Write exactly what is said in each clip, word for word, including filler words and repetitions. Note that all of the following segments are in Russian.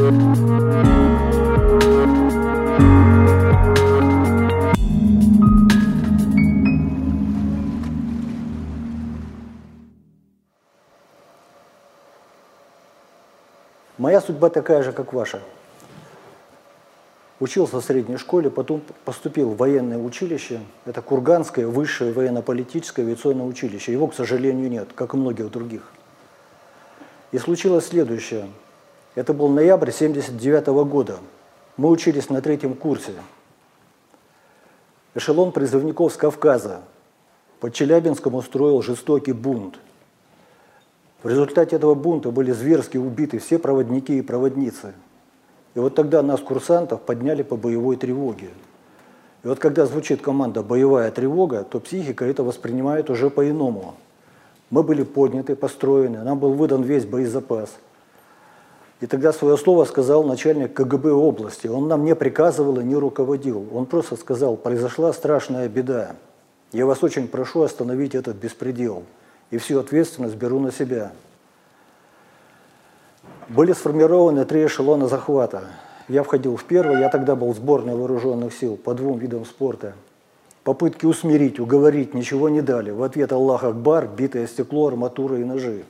Моя судьба такая же, как ваша. Учился в средней школе, потом поступил в военное училище. Это Курганское высшее военно-политическое авиационное училище. Его, к сожалению, нет, как и многих других. И случилось следующее. Это был ноябрь семьдесят девятого года. Мы учились на третьем курсе. Эшелон призывников с Кавказа под Челябинском устроил жестокий бунт. В результате этого бунта были зверски убиты все проводники и проводницы. И вот тогда нас, курсантов, подняли по боевой тревоге. И вот когда звучит команда «боевая тревога», то психика это воспринимает уже по-иному. Мы были подняты, построены, нам был выдан весь боезапас. И тогда свое слово сказал начальник ка гэ бэ области. Он нам не приказывал и не руководил. Он просто сказал: произошла страшная беда. Я вас очень прошу остановить этот беспредел. И всю ответственность беру на себя. Были сформированы три эшелона захвата. Я входил в первый, я тогда был в сборной вооруженных сил по двум видам спорта. Попытки усмирить, уговорить ничего не дали. В ответ Аллах Акбар, битое стекло, арматура и ножи.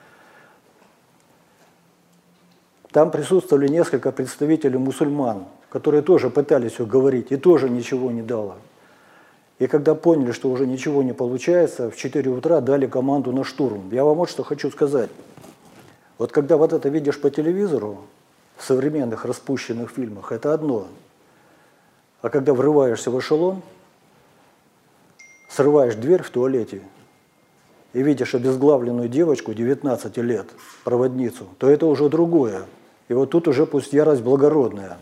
Там присутствовали несколько представителей мусульман, которые тоже пытались уговорить, и тоже ничего не дало. И когда поняли, что уже ничего не получается, в четыре утра дали команду на штурм. Я вам вот что хочу сказать. Вот когда вот это видишь по телевизору, в современных распущенных фильмах, это одно. А когда врываешься в эшелон, срываешь дверь в туалете и видишь обезглавленную девочку девятнадцати лет, проводницу, то это уже другое. И вот тут уже пусть ярость благородная.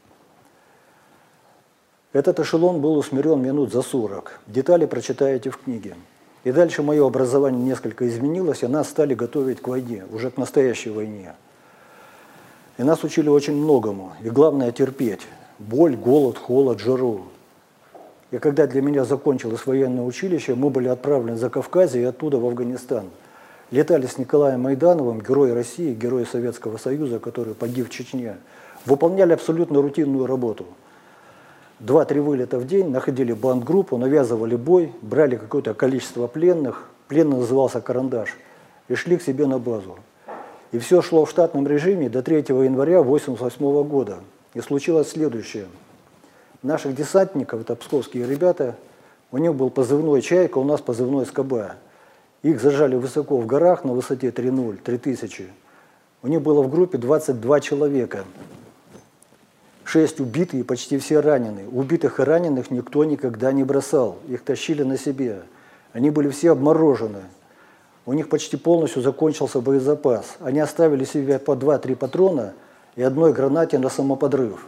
Этот эшелон был усмирен минут за сорок. Детали прочитаете в книге. И дальше мое образование несколько изменилось, и нас стали готовить к войне, уже к настоящей войне. И нас учили очень многому. И главное терпеть. Боль, голод, холод, жару. И когда для меня закончилось военное училище, мы были отправлены за Кавказье и оттуда в Афганистан. Летали с Николаем Майдановым, герой России, герой Советского Союза, который погиб в Чечне. Выполняли абсолютно рутинную работу. Два-три вылета в день, находили бандгруппу, навязывали бой, брали какое-то количество пленных, пленный назывался «Карандаш», и шли к себе на базу. И все шло в штатном режиме до третьего января восемьдесят восьмого года. И случилось следующее. Наших десантников, это псковские ребята, у них был позывной «Чайка», у нас позывной «СКБ». Их зажали высоко в горах на высоте три ноль, три тысячи. У них было в группе двадцать два человека. Шесть убиты и почти все ранены. Убитых и раненых никто никогда не бросал. Их тащили на себе. Они были все обморожены. У них почти полностью закончился боезапас. Они оставили себе по два-три патрона и одной гранате на самоподрыв.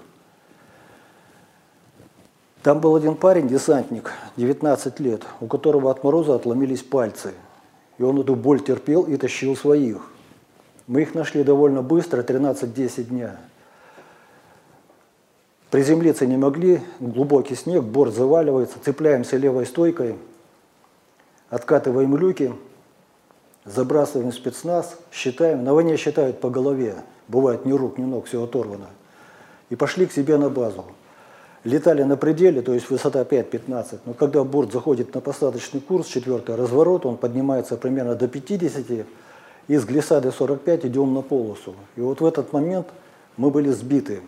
Там был один парень, десантник, девятнадцать лет, у которого от мороза отломились пальцы. И он эту боль терпел и тащил своих. Мы их нашли довольно быстро, тринадцать-десять дня. Приземлиться не могли, глубокий снег, борт заваливается, цепляемся левой стойкой, откатываем люки, забрасываем спецназ, считаем. На войне считают по голове, бывает ни рук, ни ног, все оторвано. И пошли к себе на базу. Летали на пределе, то есть высота пять-пятнадцать, но когда борт заходит на посадочный курс, четвертый разворот, он поднимается примерно до пятидесяти, и с глиссады сорок пять идем на полосу. И вот в этот момент мы были сбиты.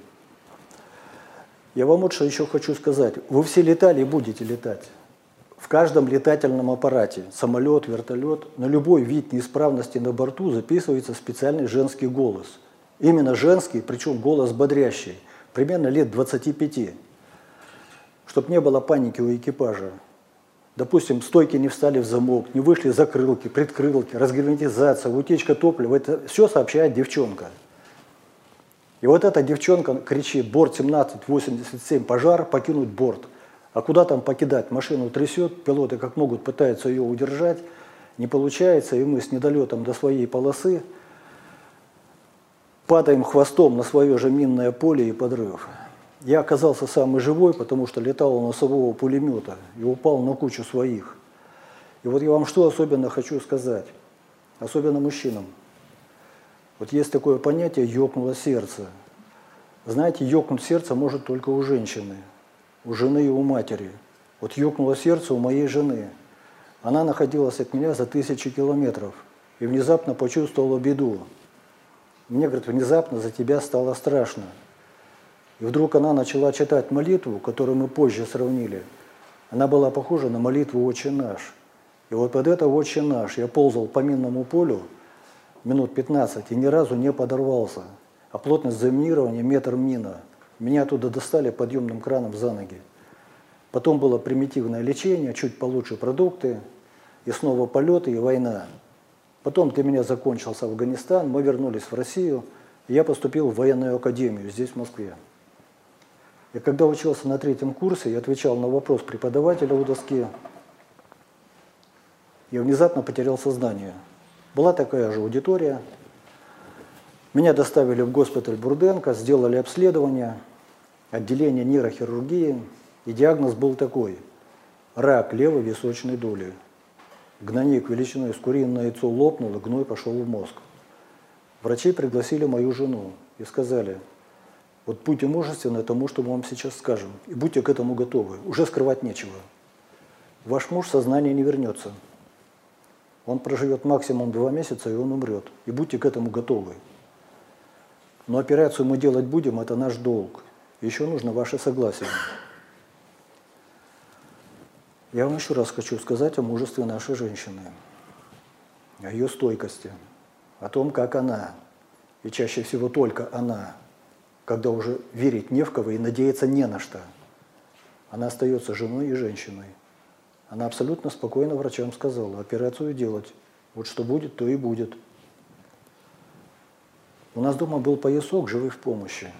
Я вам вот что еще хочу сказать. Вы все летали и будете летать. В каждом летательном аппарате, самолет, вертолет, на любой вид неисправности на борту записывается специальный женский голос. Именно женский, причем голос бодрящий, примерно лет двадцати пяти. Чтобы не было паники у экипажа. Допустим, стойки не встали в замок, не вышли закрылки, предкрылки, разгерметизация, утечка топлива. Это все сообщает девчонка. И вот эта девчонка кричит: борт семнадцать восемьдесят семь, пожар, покинуть борт. А куда там покидать? Машину трясет, пилоты как могут пытаются ее удержать, не получается, и мы с недолетом до своей полосы падаем хвостом на свое же минное поле и подрыв. Я оказался самый живой, потому что летал у носового пулемета и упал на кучу своих. И вот я вам что особенно хочу сказать, особенно мужчинам. Вот есть такое понятие «ёкнуло сердце». Знаете, ёкнуть сердце может только у женщины, у жены и у матери. Вот ёкнуло сердце у моей жены. Она находилась от меня за тысячи километров и внезапно почувствовала беду. Мне, говорит, внезапно за тебя стало страшно. И вдруг она начала читать молитву, которую мы позже сравнили. Она была похожа на молитву «Отче наш». И вот под это «Отче наш» я ползал по минному полю минут пятнадцать и ни разу не подорвался. А плотность заминирования метр мина. Меня оттуда достали подъемным краном за ноги. Потом было примитивное лечение, чуть получше продукты, и снова полеты, и война. Потом для меня закончился Афганистан, мы вернулись в Россию, и я поступил в военную академию здесь, в Москве. И когда учился на третьем курсе, я отвечал на вопрос преподавателя у доски, я внезапно потерял сознание. Была такая же аудитория. Меня доставили в госпиталь Бурденко, сделали обследование, отделение нейрохирургии, и диагноз был такой – рак левой височной доли. Гнойник величиной с куриное яйцо лопнул, и гной пошел в мозг. Врачи пригласили мою жену и сказали: вот будьте мужественны тому, что мы вам сейчас скажем, и будьте к этому готовы, уже скрывать нечего. Ваш муж в сознание не вернется. Он проживет максимум два месяца, и он умрет. И будьте к этому готовы. Но операцию мы делать будем, это наш долг. Еще нужно ваше согласие. Я вам еще раз хочу сказать о мужестве нашей женщины, о ее стойкости, о том, как она, и чаще всего только она, когда уже верить не в кого и надеяться не на что, она остается женой и женщиной. Она абсолютно спокойно врачам сказала: операцию делать, вот что будет, то и будет. У нас дома был поясок «Живы в помощи»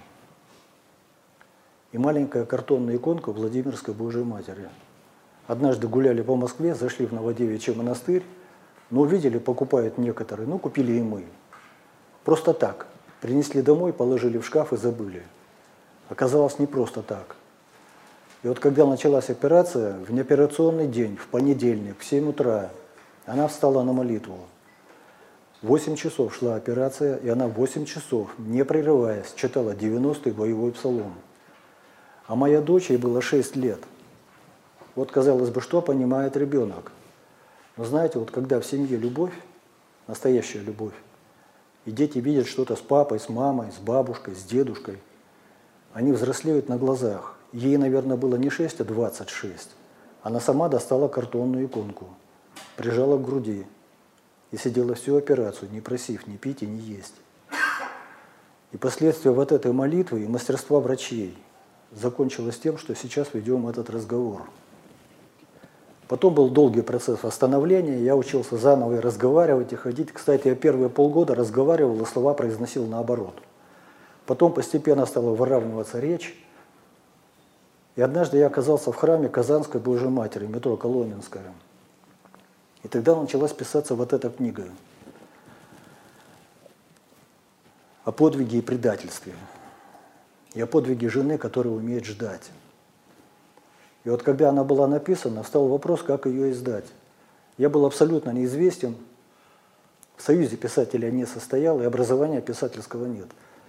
и маленькая картонная иконка Владимирской Божией Матери. Однажды гуляли по Москве, зашли в Новодевичий монастырь, но увидели, покупают некоторые, ну купили и мы. Просто так. Принесли домой, положили в шкаф и забыли. Оказалось, не просто так. И вот когда началась операция, в неоперационный день, в понедельник, в семь утра, она встала на молитву. Восемь часов шла операция, и она восемь часов, не прерываясь, читала девяностый боевой псалом. А моя дочь, ей было шесть лет. Вот, казалось бы, что понимает ребенок? Но знаете, вот когда в семье любовь, настоящая любовь, и дети видят что-то с папой, с мамой, с бабушкой, с дедушкой, они взрослеют на глазах. Ей, наверное, было не шесть, а двадцать шесть. Она сама достала картонную иконку, прижала к груди и сидела всю операцию, не просив ни пить и ни есть. И последствия вот этой молитвы и мастерства врачей закончилось тем, что сейчас ведем этот разговор. Потом был долгий процесс восстановления, я учился заново и разговаривать, и ходить. Кстати, я первые полгода разговаривал и слова произносил наоборот. Потом постепенно стала выравниваться речь. И однажды я оказался в храме Казанской Божией Матери, метро Коломенское. И тогда началась писаться вот эта книга о подвиге и предательстве. И о подвиге жены, которая умеет ждать. И вот когда она была написана, встал вопрос, как ее издать. Я был абсолютно неизвестен, в Союзе писателя не состоял, и образования писательского нет.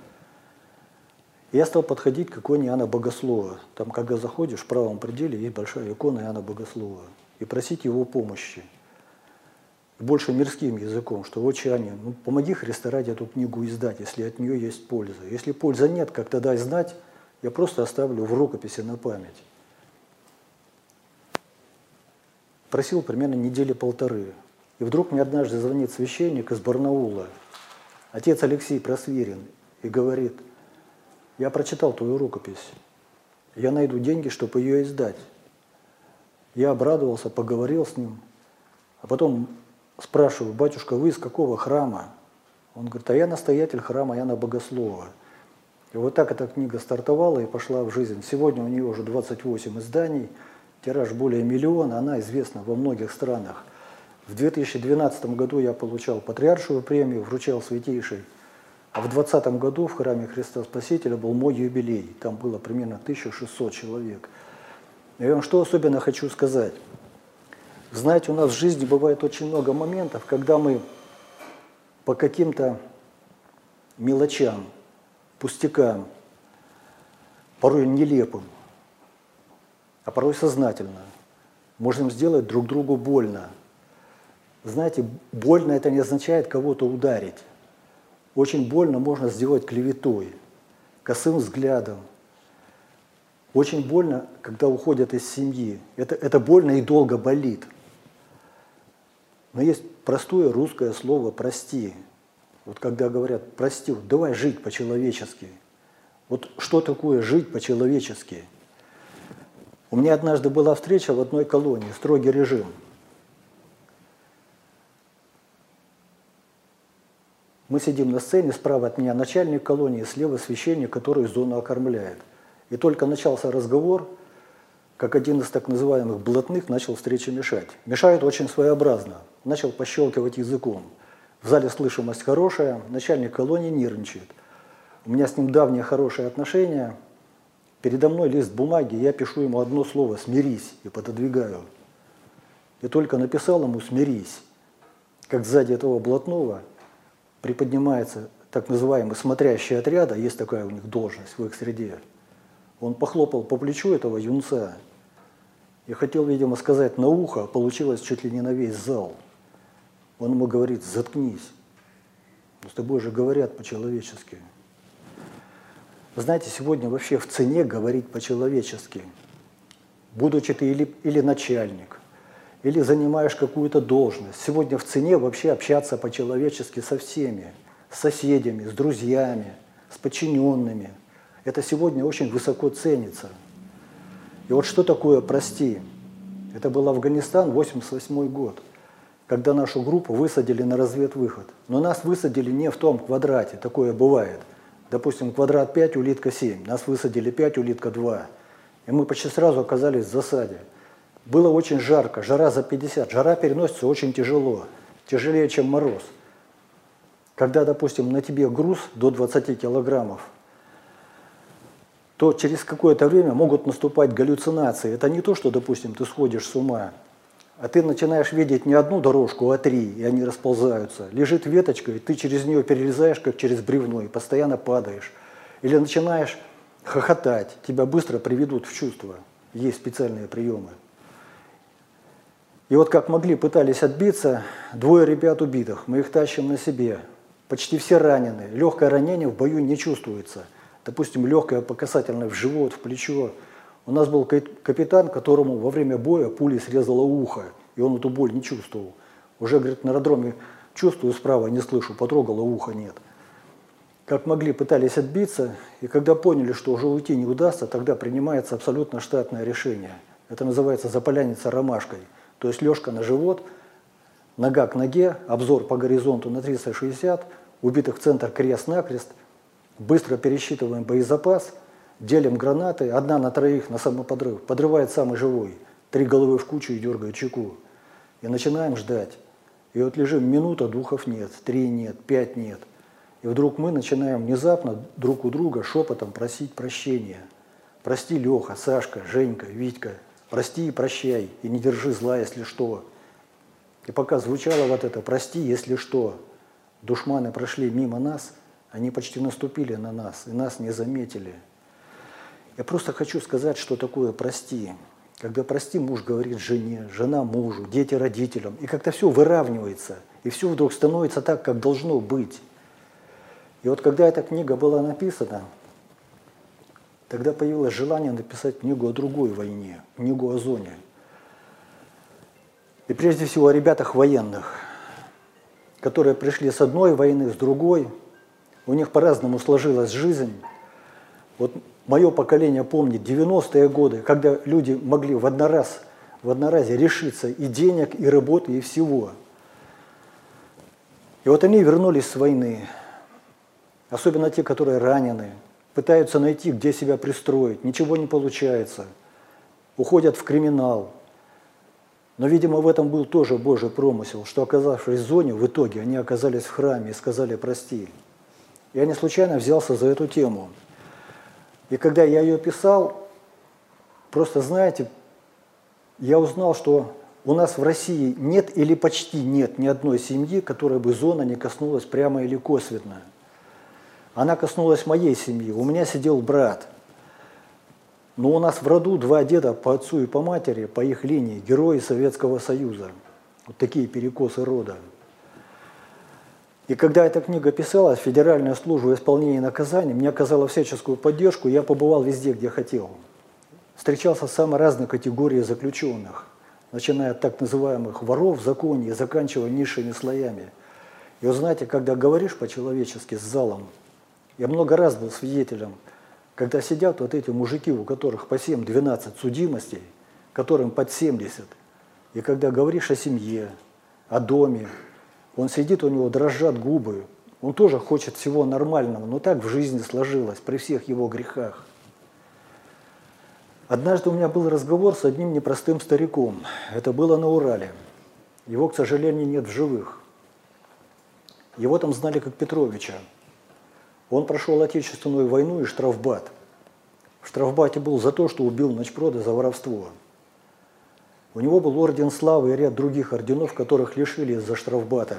Я стал подходить к иконе Иоанна Богослова. Там, когда заходишь, в правом пределе есть большая икона Иоанна Богослова. И просить его помощи. И больше мирским языком, что «Отче Иоанне, ну, помоги Христа ради эту книгу издать, если от нее есть польза. Если пользы нет, как тогда знать, я просто оставлю в рукописи на память». Просил примерно недели полторы. И вдруг мне однажды звонит священник из Барнаула, отец Алексей Просвирин, и говорит: я прочитал твою рукопись, я найду деньги, чтобы ее издать. Я обрадовался, поговорил с ним, а потом спрашиваю: батюшка, вы из какого храма? Он говорит: а я настоятель храма Иоанна Богослова. И вот так эта книга стартовала и пошла в жизнь. Сегодня у нее уже двадцать восемь изданий, тираж более миллиона, она известна во многих странах. В две тысячи двенадцатом году я получал патриаршую премию, вручал святейшей. А в двадцатом году в храме Христа Спасителя был мой юбилей. Там было примерно тысяча шестьсот человек. И я вам что особенно хочу сказать. Знаете, у нас в жизни бывает очень много моментов, когда мы по каким-то мелочам, пустякам порой нелепым, а порой сознательно, можем сделать друг другу больно. Знаете, больно это не означает кого-то ударить. Очень больно можно сделать клеветой, косым взглядом. Очень больно, когда уходят из семьи. Это, это больно и долго болит. Но есть простое русское слово «прости». Вот когда говорят «прости», вот давай жить по-человечески. Вот что такое жить по-человечески? У меня однажды была встреча в одной колонии, строгий режим. Мы сидим на сцене, справа от меня начальник колонии, слева священник, который зону окормляет. И только начался разговор, как один из так называемых блатных начал встрече мешать. Мешает очень своеобразно. Начал пощелкивать языком. В зале слышимость хорошая, начальник колонии нервничает. У меня с ним давние хорошие отношения. Передо мной лист бумаги, я пишу ему одно слово «смирись» и пододвигаю. И только написал ему «смирись», как сзади этого блатного приподнимается так называемый смотрящий отряда, есть такая у них должность в их среде. Он похлопал по плечу этого юнца и хотел, видимо, сказать на ухо, получилось чуть ли не на весь зал. Он ему говорит: заткнись, с тобой же говорят по-человечески. Знаете, сегодня вообще в цене говорить по-человечески. Будучи ты или, или начальник, или занимаешь какую-то должность, сегодня в цене вообще общаться по-человечески со всеми, с соседями, с друзьями, с подчиненными. Это сегодня очень высоко ценится. И вот что такое «прости»? Это был Афганистан, восемьдесят восьмой год, когда нашу группу высадили на разведвыход. Но нас высадили не в том квадрате, такое бывает. Допустим, квадрат пять, улитка семь. Нас высадили пять, улитка два. И мы почти сразу оказались в засаде. Было очень жарко, жара за пятьдесят. Жара переносится очень тяжело, тяжелее, чем мороз. Когда, допустим, на тебе груз до двадцати килограммов, то через какое-то время могут наступать галлюцинации. Это не то, что, допустим, ты сходишь с ума, а ты начинаешь видеть не одну дорожку, а три, и они расползаются. Лежит веточка, и ты через нее перелезаешь, как через бревно, и постоянно падаешь. Или начинаешь хохотать, тебя быстро приведут в чувство. Есть специальные приемы. И вот как могли, пытались отбиться, двое ребят убитых, мы их тащим на себе. Почти все ранены, легкое ранение в бою не чувствуется. Допустим, легкое по касательной в живот, в плечо. У нас был капитан, которому во время боя пули срезала ухо, и он эту боль не чувствовал. Уже, говорит, на аэродроме чувствую справа, не слышу, потрогала, уха нет. Как могли, пытались отбиться, и когда поняли, что уже уйти не удастся, тогда принимается абсолютно штатное решение. Это называется запаляница ромашкой. То есть лёжка на живот, нога к ноге, обзор по горизонту на триста шестьдесят, убитых в центр крест-накрест, быстро пересчитываем боезапас, делим гранаты, одна на троих на самоподрыв, подрывает самый живой, три головы в кучу и дергает чеку. И начинаем ждать. И вот лежим минута, духов нет, три нет, пять нет. И вдруг мы начинаем внезапно друг у друга шепотом просить прощения. Прости, Леха, Сашка, Женька, Витька, прости и прощай, и не держи зла, если что. И пока звучало вот это «прости, если что», душманы прошли мимо нас, они почти наступили на нас, и нас не заметили. Я просто хочу сказать, что такое «прости». Когда «прости» муж говорит жене, жена мужу, дети родителям, и как-то все выравнивается, и все вдруг становится так, как должно быть. И вот когда эта книга была написана, тогда появилось желание написать книгу о другой войне, книгу о зоне. И прежде всего о ребятах военных, которые пришли с одной войны, с другой. У них по-разному сложилась жизнь. Вот мое поколение помнит девяностые годы, когда люди могли в однораз, в одноразие решиться и денег, и работы, и всего. И вот они вернулись с войны, особенно те, которые ранены, пытаются найти, где себя пристроить, ничего не получается, уходят в криминал. Но, видимо, в этом был тоже Божий промысел, что, оказавшись в зоне, в итоге они оказались в храме и сказали «прости». Я не случайно взялся за эту тему. И когда я ее писал, просто, знаете, я узнал, что у нас в России нет или почти нет ни одной семьи, которой бы зона не коснулась прямо или косвенно. Она коснулась моей семьи. У меня сидел брат. Но у нас в роду два деда по отцу и по матери, по их линии, герои Советского Союза. Вот такие перекосы рода. И когда эта книга писалась, Федеральная служба исполнения наказаний мне оказала всяческую поддержку, я побывал везде, где хотел. Встречался с самой разной категорией заключенных, начиная от так называемых воров в законе и заканчивая низшими слоями. И вы знаете, когда говоришь по-человечески с залом, я много раз был свидетелем, когда сидят вот эти мужики, у которых по семь-двенадцать судимостей, которым под семьдесят, и когда говоришь о семье, о доме, он сидит, у него дрожат губы, он тоже хочет всего нормального, но так в жизни сложилось, при всех его грехах. Однажды у меня был разговор с одним непростым стариком. Это было на Урале. Его, к сожалению, нет в живых. Его там знали как Петровича. Он прошел Отечественную войну и штрафбат. В штрафбате был за то, что убил начпрода за воровство. У него был орден славы и ряд других орденов, которых лишили из-за штрафбата.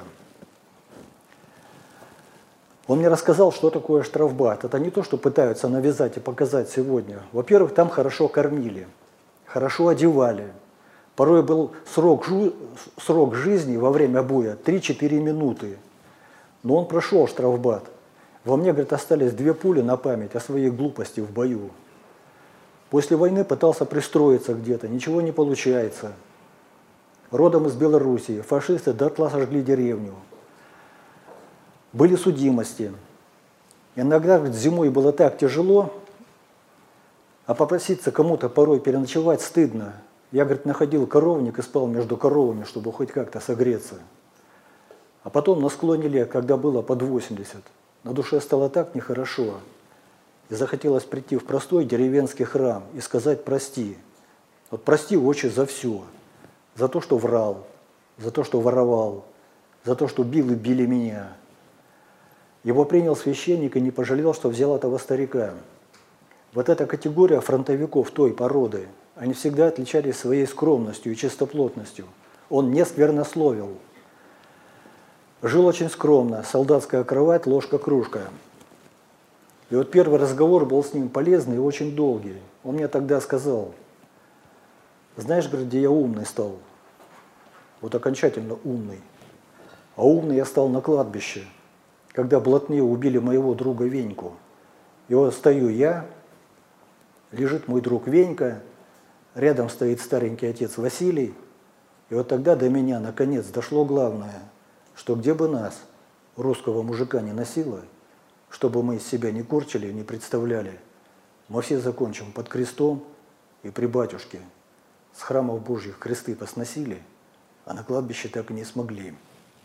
Он мне рассказал, что такое штрафбат. Это не то, что пытаются навязать и показать сегодня. Во-первых, там хорошо кормили, хорошо одевали. Порой был срок, срок жизни во время боя три-четыре минуты. Но он прошел штрафбат. Во мне, говорит, остались две пули на память о своей глупости в бою. После войны пытался пристроиться где-то, ничего не получается. Родом из Белоруссии, фашисты дотла сожгли деревню. Были судимости. Иногда, говорит, зимой было так тяжело, а попроситься кому-то порой переночевать стыдно. Я, говорит, находил коровник и спал между коровами, чтобы хоть как-то согреться. А потом на склоне лет, когда было под восемьдесят, на душе стало так нехорошо. И захотелось прийти в простой деревенский храм и сказать прости. Вот прости, Отче, за все. За то, что врал, за то, что воровал, за то, что бил и били меня. Его принял священник и не пожалел, что взял этого старика. Вот эта категория фронтовиков той породы, они всегда отличались своей скромностью и чистоплотностью. Он не сквернословил. Жил очень скромно, солдатская кровать, ложка-кружка. И вот первый разговор был с ним полезный и очень долгий. Он мне тогда сказал: знаешь, говорит, где я умный стал? Вот окончательно умный. А умный я стал на кладбище, когда блатные убили моего друга Веньку. И вот стою я, лежит мой друг Венька, рядом стоит старенький отец Василий. И вот тогда до меня наконец дошло главное, что где бы нас, русского мужика, не носило, чтобы мы из себя не корчили и не представляли, мы все закончим под крестом и при батюшке. С храмов Божьих кресты посносили, а на кладбище так и не смогли.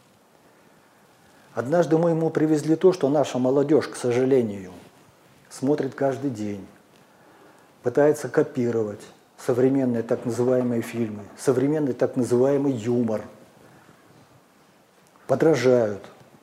Однажды мы ему привезли то, что наша молодежь, к сожалению, смотрит каждый день, пытается копировать современные так называемые фильмы, современный так называемый юмор, подражают.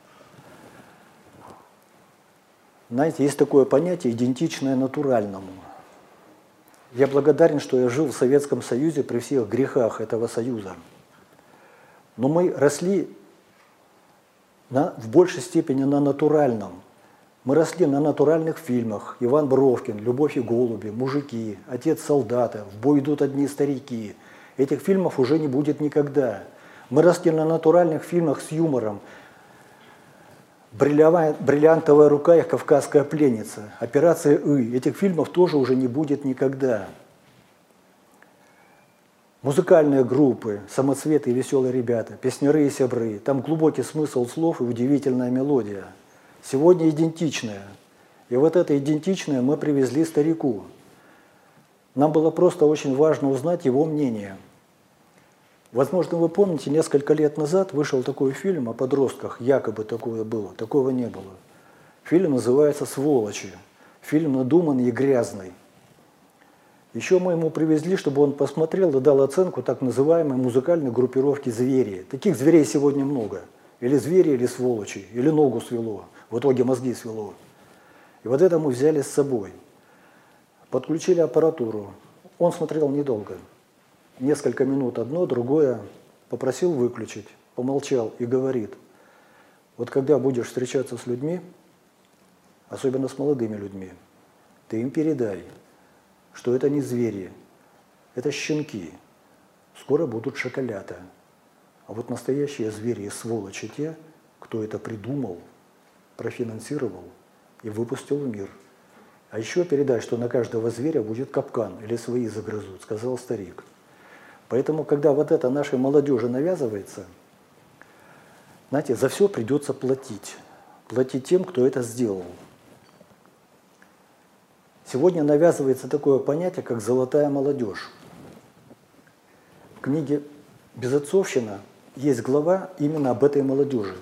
Знаете, есть такое понятие идентичное натуральному. Я благодарен, что я жил в Советском Союзе при всех грехах этого союза. Но мы росли на, в большей степени на натуральном. Мы росли на натуральных фильмах. Иван Бровкин, «Любовь и голуби», «Мужики», «Отец солдата», «В бой идут одни старики». Этих фильмов уже не будет никогда. Мы росли на натуральных фильмах с юмором. «Бриллиантовая рука» и «Кавказская пленница», «Операция И». Этих фильмов тоже уже не будет никогда. Музыкальные группы, самоцветы и веселые ребята, песняры и сябры. Там глубокий смысл слов и удивительная мелодия. Сегодня идентичная. И вот это идентичное мы привезли старику. Нам было просто очень важно узнать его мнение. Возможно, вы помните, несколько лет назад вышел такой фильм о подростках, якобы такое было, такого не было. Фильм называется «Сволочи». Фильм надуманный и грязный. Еще мы ему привезли, чтобы он посмотрел и дал оценку так называемой музыкальной группировки «Звери». Таких зверей сегодня много. Или звери, или сволочи, или ногу свело, в итоге мозги свело. И вот это мы взяли с собой. Подключили аппаратуру. Он смотрел недолго. Несколько минут одно, другое, попросил выключить, помолчал и говорит: вот когда будешь встречаться с людьми, особенно с молодыми людьми, ты им передай, что это не звери, это щенки. Скоро будут шоколята. А вот настоящие звери и сволочи те, кто это придумал, профинансировал и выпустил в мир. А еще передай, что на каждого зверя будет капкан или свои загрызут, сказал старик. Поэтому, когда вот это нашей молодежи навязывается, знаете, за все придется платить. Платить тем, кто это сделал. Сегодня навязывается такое понятие, как «золотая молодежь». В книге «Безотцовщина» есть глава именно об этой молодежи.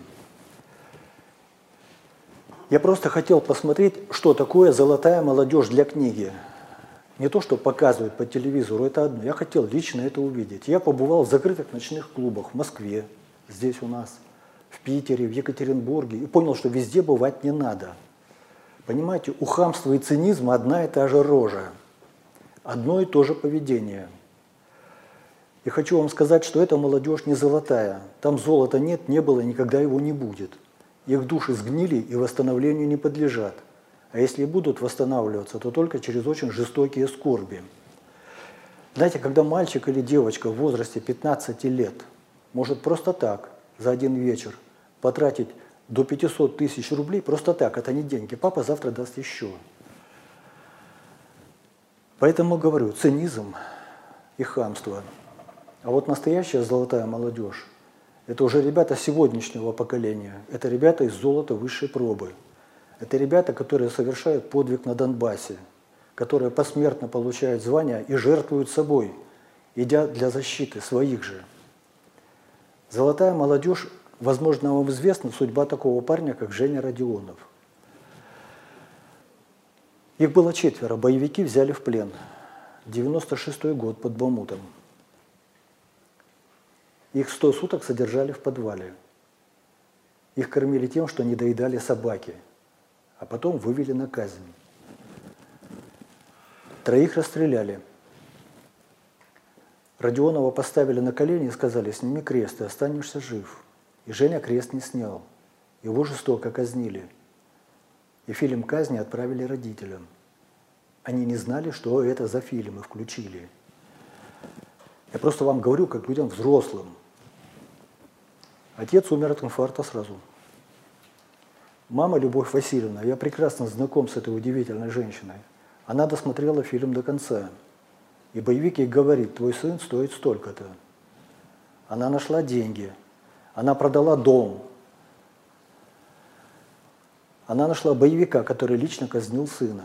Я просто хотел посмотреть, что такое «золотая молодежь» для книги. Не то, что показывают по телевизору, это одно. Я хотел лично это увидеть. Я побывал в закрытых ночных клубах в Москве, здесь у нас, в Питере, в Екатеринбурге, и понял, что везде бывать не надо. Понимаете, у хамства и цинизма одна и та же рожа, одно и то же поведение. И хочу вам сказать, что эта молодежь не золотая. Там золота нет, не было, никогда его не будет. Их души сгнили и восстановлению не подлежат. А если и будут восстанавливаться, то только через очень жестокие скорби. Знаете, когда мальчик или девочка в возрасте пятнадцати лет может просто так, за один вечер, потратить до пятисот тысяч рублей, просто так, это не деньги, папа завтра даст еще. Поэтому говорю, цинизм и хамство. А вот настоящая золотая молодежь, это уже ребята сегодняшнего поколения, это ребята из золота высшей пробы. Это ребята, которые совершают подвиг на Донбассе, которые посмертно получают звания и жертвуют собой, идя для защиты своих же. Золотая молодежь, возможно, вам известна судьба такого парня, как Женя Родионов. Их было четверо, боевики взяли в плен. девяносто шестой год под Бахмутом. Их сто суток содержали в подвале. Их кормили тем, что не доедали собаки, а потом вывели на казнь. Троих расстреляли. Родионова поставили на колени и сказали: сними крест, ты останешься жив. И Женя крест не снял. Его жестоко казнили. И фильм казни отправили родителям. Они не знали, что это за фильмы включили. Я просто вам говорю, как людям взрослым. Отец умер от инфаркта сразу. Мама Любовь Васильевна, я прекрасно знаком с этой удивительной женщиной. Она досмотрела фильм до конца. И боевик ей говорит: твой сын стоит столько-то. Она нашла деньги. Она продала дом. Она нашла боевика, который лично казнил сына.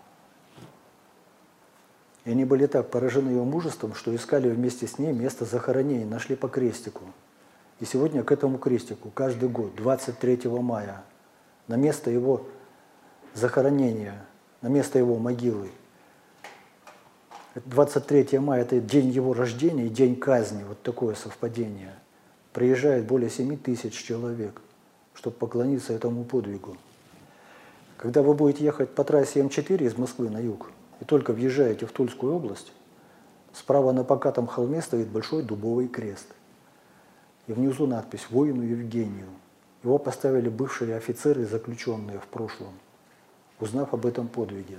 И они были так поражены ее мужеством, что искали вместе с ней место захоронения, нашли по крестику. И сегодня к этому крестику каждый год, двадцать третьего мая, на место его захоронения, на место его могилы, двадцать третьего мая – это день его рождения и день казни, вот такое совпадение. Приезжает более семи тысяч человек, чтобы поклониться этому подвигу. Когда вы будете ехать по трассе М четыре из Москвы на юг, и только въезжаете в Тульскую область, справа на покатом холме стоит большой дубовый крест. И внизу надпись «Воину Евгению». Его поставили бывшие офицеры, заключенные в прошлом, узнав об этом подвиге.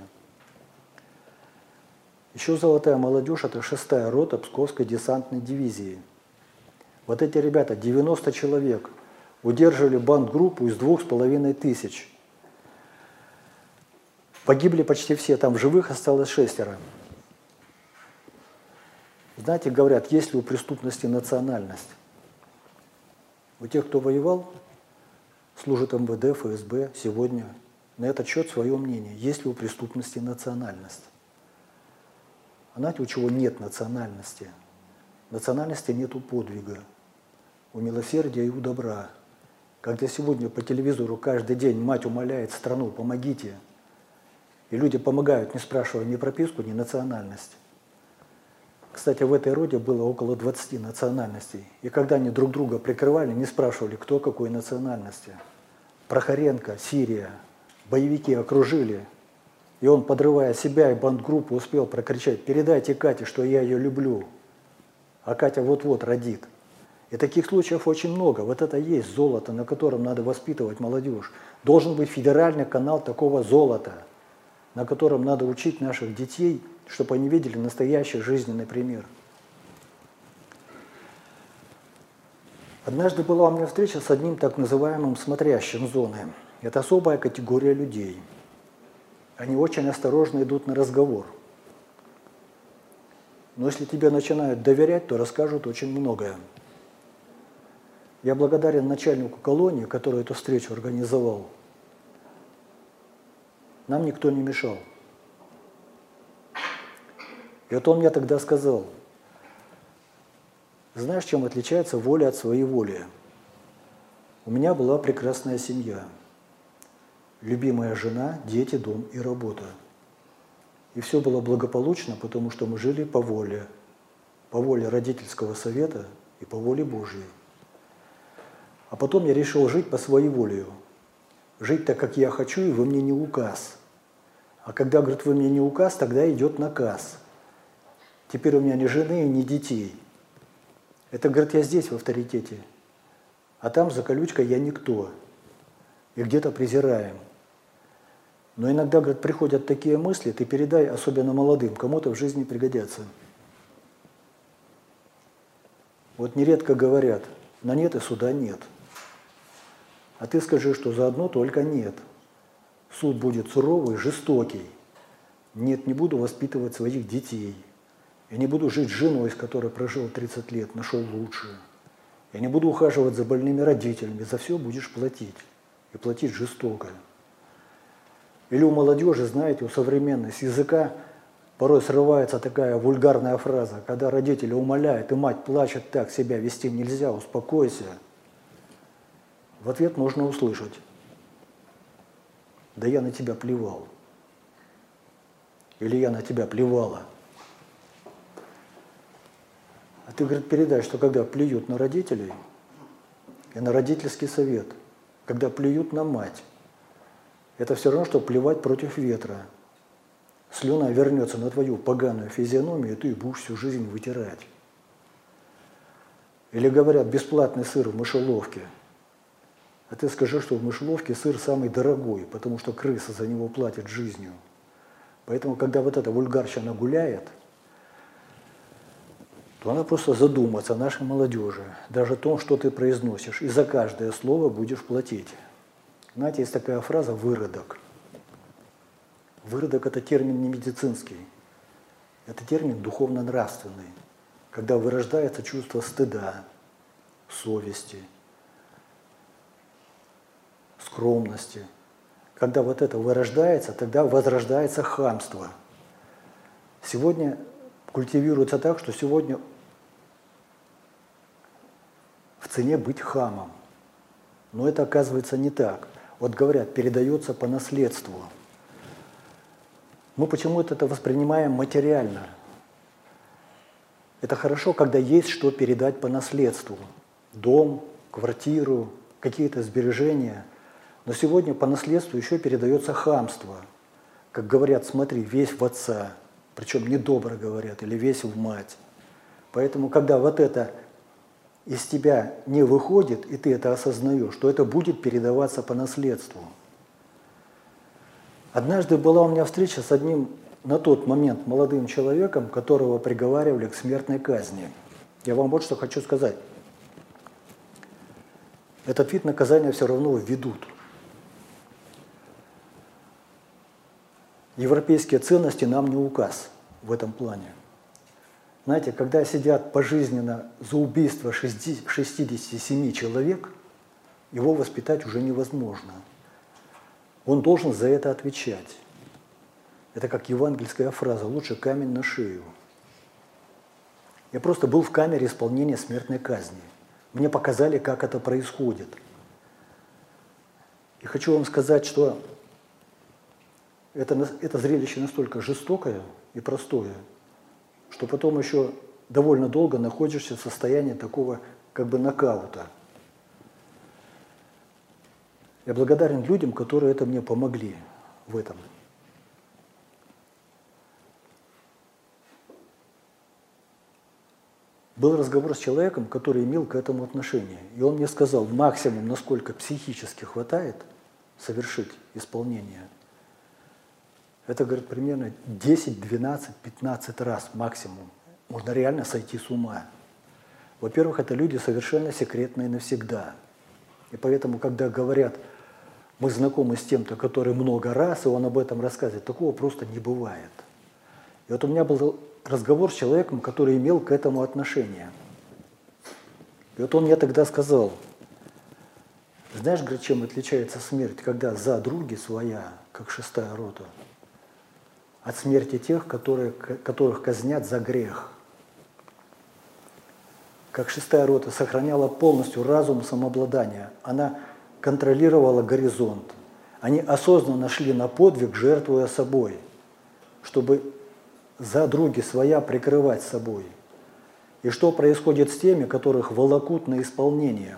Еще золотая молодежь – это шестая рота Псковской десантной дивизии. Вот эти ребята, девяносто человек, удерживали бандгруппу из двух с половиной тысяч. Погибли почти все, там в живых осталось шестеро. Знаете, говорят, есть ли у преступности национальность? У тех, кто воевал, служит эм вэ дэ, эф эс бэ, сегодня на этот счет свое мнение. Есть ли у преступности национальность? А знаете, у чего нет национальности? Национальности нет у подвига, у милосердия и у добра. Когда сегодня по телевизору каждый день мать умоляет страну: помогите, и люди помогают, не спрашивая ни прописку, ни национальность. Кстати, в этой роте было около двадцати национальностей. И когда они друг друга прикрывали, не спрашивали, кто какой национальности. Прохоренко, Сирия, боевики окружили. И он, подрывая себя и бандгруппу, успел прокричать: передайте Кате, что я ее люблю. А Катя вот-вот родит. И таких случаев очень много. Вот это и есть золото, на котором надо воспитывать молодежь. Должен быть федеральный канал такого золота. на котором надо учить наших детей, чтобы они видели настоящий жизненный пример. Однажды была у меня встреча с одним так называемым смотрящим зоны. Это особая категория людей. Они очень осторожно идут на разговор. Но если тебе начинают доверять, то расскажут очень многое. Я благодарен начальнику колонии, который эту встречу организовал. Нам никто не мешал. И вот он мне тогда сказал: знаешь, чем отличается воля от своеволия? У меня была прекрасная семья. Любимая жена, дети, дом и работа. И все было благополучно, потому что мы жили по воле. По воле родительского совета и по воле Божьей. А потом я решил жить по своеволию. Жить так, как я хочу, и вы мне не указ. А когда, говорит, вы мне не указ, тогда идет наказ. Теперь у меня ни жены, ни детей. Это, говорит, я здесь в авторитете. А там за колючкой я никто. И где-то презираем. Но иногда, говорит, приходят такие мысли, ты передай, особенно молодым, кому-то в жизни пригодятся. Вот нередко говорят, на нет и суда нет. А ты скажи, что заодно только нет. Суд будет суровый, жестокий. Нет, не буду воспитывать своих детей. Я не буду жить с женой, с которой прожил тридцать лет, нашел лучшую. Я не буду ухаживать за больными родителями. За все будешь платить. И платить жестоко. Или у молодежи, знаете, у современной с языка порой срывается такая вульгарная фраза, когда родители умоляют, и мать плачет: так себя вести нельзя, успокойся. В ответ нужно услышать: да я на тебя плевал. Или я на тебя плевала. А ты, говорит, передай, что когда плюют на родителей и на родительский совет, когда плюют на мать, это все равно, что плевать против ветра. Слюна вернется на твою поганую физиономию, и ты будешь всю жизнь вытирать. Или говорят, бесплатный сыр в мышеловке. А ты скажи, что в мышеловке сыр самый дорогой, потому что крыса за него платит жизнью. Поэтому, когда вот эта вульгарщина гуляет, то надо просто задуматься о нашей молодежи, даже о том, что ты произносишь, и за каждое слово будешь платить. Знаете, есть такая фраза «выродок». Выродок – это термин не медицинский, это термин духовно-нравственный, когда вырождается чувство стыда, совести, скромности. Когда вот это вырождается, тогда возрождается хамство. Сегодня культивируется так, что сегодня в цене быть хамом. Но это оказывается не так. Вот говорят, передается по наследству. Мы почему-то это воспринимаем материально. Это хорошо, когда есть что передать по наследству. Дом, квартиру, какие-то сбережения. Но сегодня по наследству еще передается хамство. Как говорят, смотри, весь в отца. Причем недобро говорят, или весь в мать. Поэтому, когда вот это из тебя не выходит, и ты это осознаешь, что это будет передаваться по наследству. Однажды была у меня встреча с одним на тот момент молодым человеком, которого приговаривали к смертной казни. Я вам вот что хочу сказать. Этот вид наказания все равно введут. Европейские ценности нам не указ в этом плане. Знаете, когда сидят пожизненно за убийство шестидесяти семи человек, его воспитать уже невозможно. Он должен за это отвечать. Это как евангельская фраза: лучше камень на шею. Я просто был в камере исполнения смертной казни. Мне показали, как это происходит. И хочу вам сказать, что это, это зрелище настолько жестокое и простое, что потом еще довольно долго находишься в состоянии такого как бы нокаута. Я благодарен людям, которые это мне помогли в этом. Был разговор с человеком, который имел к этому отношение. И он мне сказал, максимум, насколько психически хватает совершить исполнение, Это, говорит, примерно десять, двенадцать, пятнадцать раз максимум. Можно реально сойти с ума. Во-первых, это люди совершенно секретные навсегда. И поэтому, когда говорят, мы знакомы с тем-то, который много раз, и он об этом рассказывает, такого просто не бывает. И вот у меня был разговор с человеком, который имел к этому отношение. И вот он мне тогда сказал, знаешь, говорит, чем отличается смерть, когда за други своя, как шестая рота, от смерти тех, которые, которых казнят за грех. Как шестая рота сохраняла полностью разум, самообладание, она контролировала горизонт. Они осознанно шли на подвиг, жертвуя собой, чтобы за други своя прикрывать собой. И что происходит с теми, которых волокут на исполнение?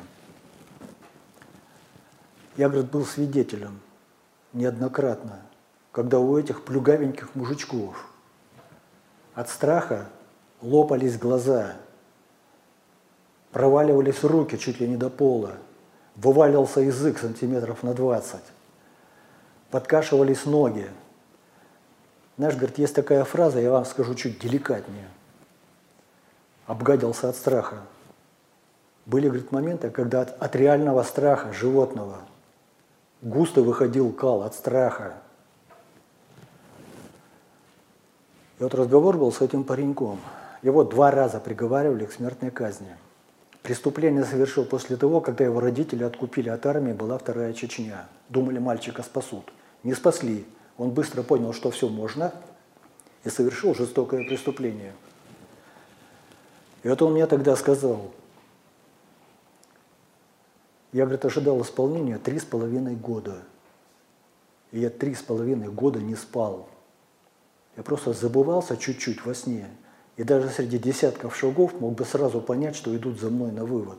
Я, говорит, был свидетелем неоднократно, когда у этих плюгавеньких мужичков от страха лопались глаза, проваливались руки чуть ли не до пола, вываливался язык сантиметров на двадцать, подкашивались ноги. Знаешь, говорит, есть такая фраза, я вам скажу чуть деликатнее. Обгадился от страха. Были, говорит, моменты, когда от, от реального страха животного густо выходил кал от страха. И вот разговор был с этим пареньком. Его два раза приговаривали к смертной казни. Преступление совершил после того, когда его родители откупили от армии, была Вторая Чечня. Думали, мальчика спасут. Не спасли. Он быстро понял, что все можно, и совершил жестокое преступление. И вот он мне тогда сказал, я, говорит, ожидал исполнения три с половиной года. И я три с половиной года не спал. Я просто забывался чуть-чуть во сне. И даже среди десятков шагов мог бы сразу понять, что идут за мной на вывод.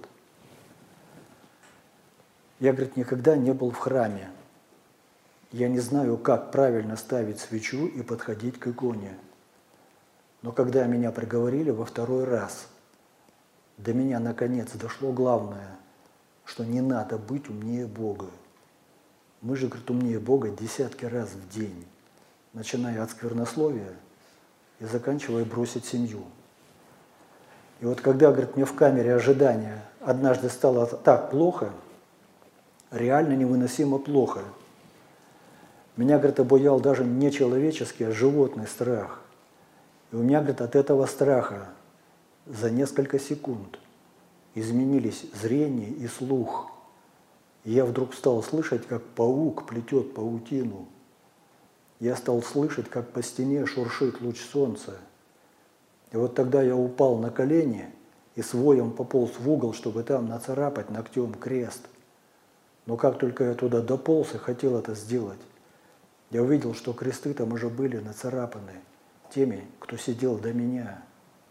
Я, говорит, никогда не был в храме. Я не знаю, как правильно ставить свечу и подходить к иконе. Но когда меня приговорили во второй раз, до меня наконец дошло главное, что не надо быть умнее Бога. Мы же, говорит, умнее Бога десятки раз в день, начиная от сквернословия и заканчивая бросить семью. И вот когда, говорит, мне в камере ожидания однажды стало так плохо, реально невыносимо плохо, меня, говорит, обуял даже не человеческий, а животный страх. И у меня, говорит, от этого страха за несколько секунд изменились зрение и слух. И я вдруг стал слышать, как паук плетет паутину. Я стал слышать, как по стене шуршит луч солнца. И вот тогда я упал на колени и с воем пополз в угол, чтобы там нацарапать ногтем крест. Но как только я туда дополз и хотел это сделать, я увидел, что кресты там уже были нацарапаны теми, кто сидел до меня.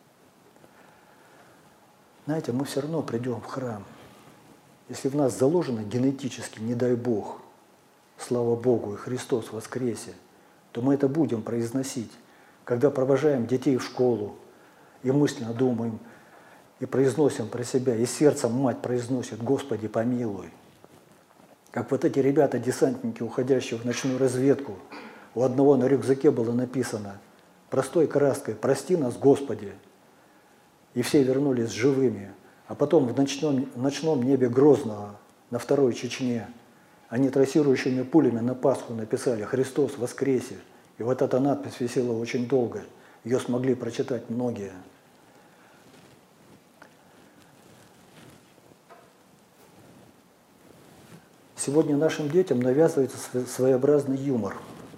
Знаете, мы все равно придем в храм. Если в нас заложено генетически, не дай Бог, слава Богу, и Христос воскресе, то мы это будем произносить. Когда провожаем детей в школу, и мысленно думаем, и произносим про себя, и сердцем мать произносит «Господи, помилуй». Как вот эти ребята-десантники, уходящие в ночную разведку, у одного на рюкзаке было написано простой краской «Прости нас, Господи». И все вернулись живыми. А потом в ночном, в ночном небе Грозного, на Второй Чечне, они трассирующими пулями на Пасху написали «Христос воскресе». И вот эта надпись висела очень долго. Ее смогли прочитать многие. Сегодня нашим детям навязывается своеобразный юмор.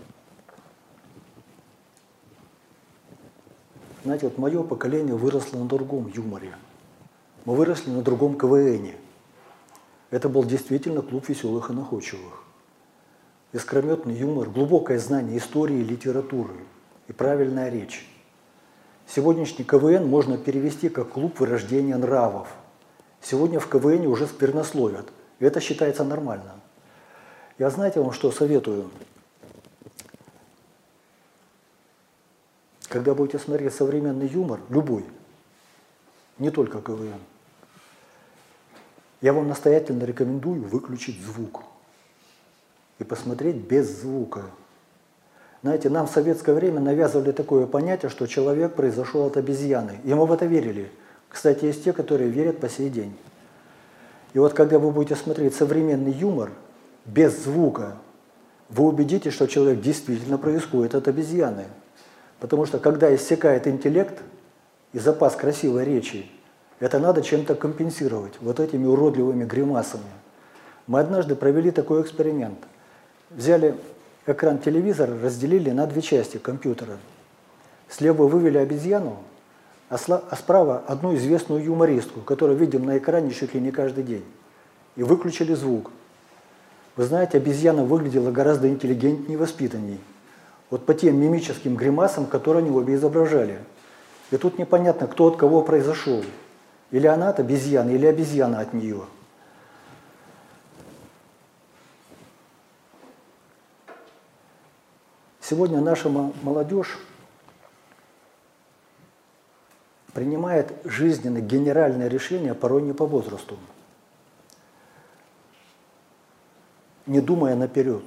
Знаете, вот мое поколение выросло на другом юморе. Мы выросли на другом КВНе. Это был действительно клуб веселых и находчивых. Искрометный юмор, глубокое знание истории и литературы и правильная речь. Сегодняшний КВН можно перевести как клуб вырождения нравов. Сегодня в КВНе уже сквернословят. И это считается нормально. Я, знаете, вам что советую? Когда будете смотреть современный юмор, любой, не только КВН, я вам настоятельно рекомендую выключить звук и посмотреть без звука. Знаете, нам в советское время навязывали такое понятие, что человек произошел от обезьяны. И мы в это верили. Кстати, есть те, которые верят по сей день. И вот когда вы будете смотреть современный юмор без звука, вы убедитесь, что человек действительно происходит от обезьяны. Потому что когда иссякает интеллект и запас красивой речи, это надо чем-то компенсировать, вот этими уродливыми гримасами. Мы однажды провели такой эксперимент. Взяли экран телевизора, разделили на две части компьютера. Слева вывели обезьяну, а справа одну известную юмористку, которую видим на экране чуть ли не каждый день. И выключили звук. Вы знаете, обезьяна выглядела гораздо интеллигентнее и воспитанней. Вот по тем мимическим гримасам, которые они обе изображали. И тут непонятно, кто от кого произошел. Или она от обезьяны, или обезьяна от нее. Сегодня наша молодежь принимает жизненные генеральные решения порой не по возрасту, не думая наперед.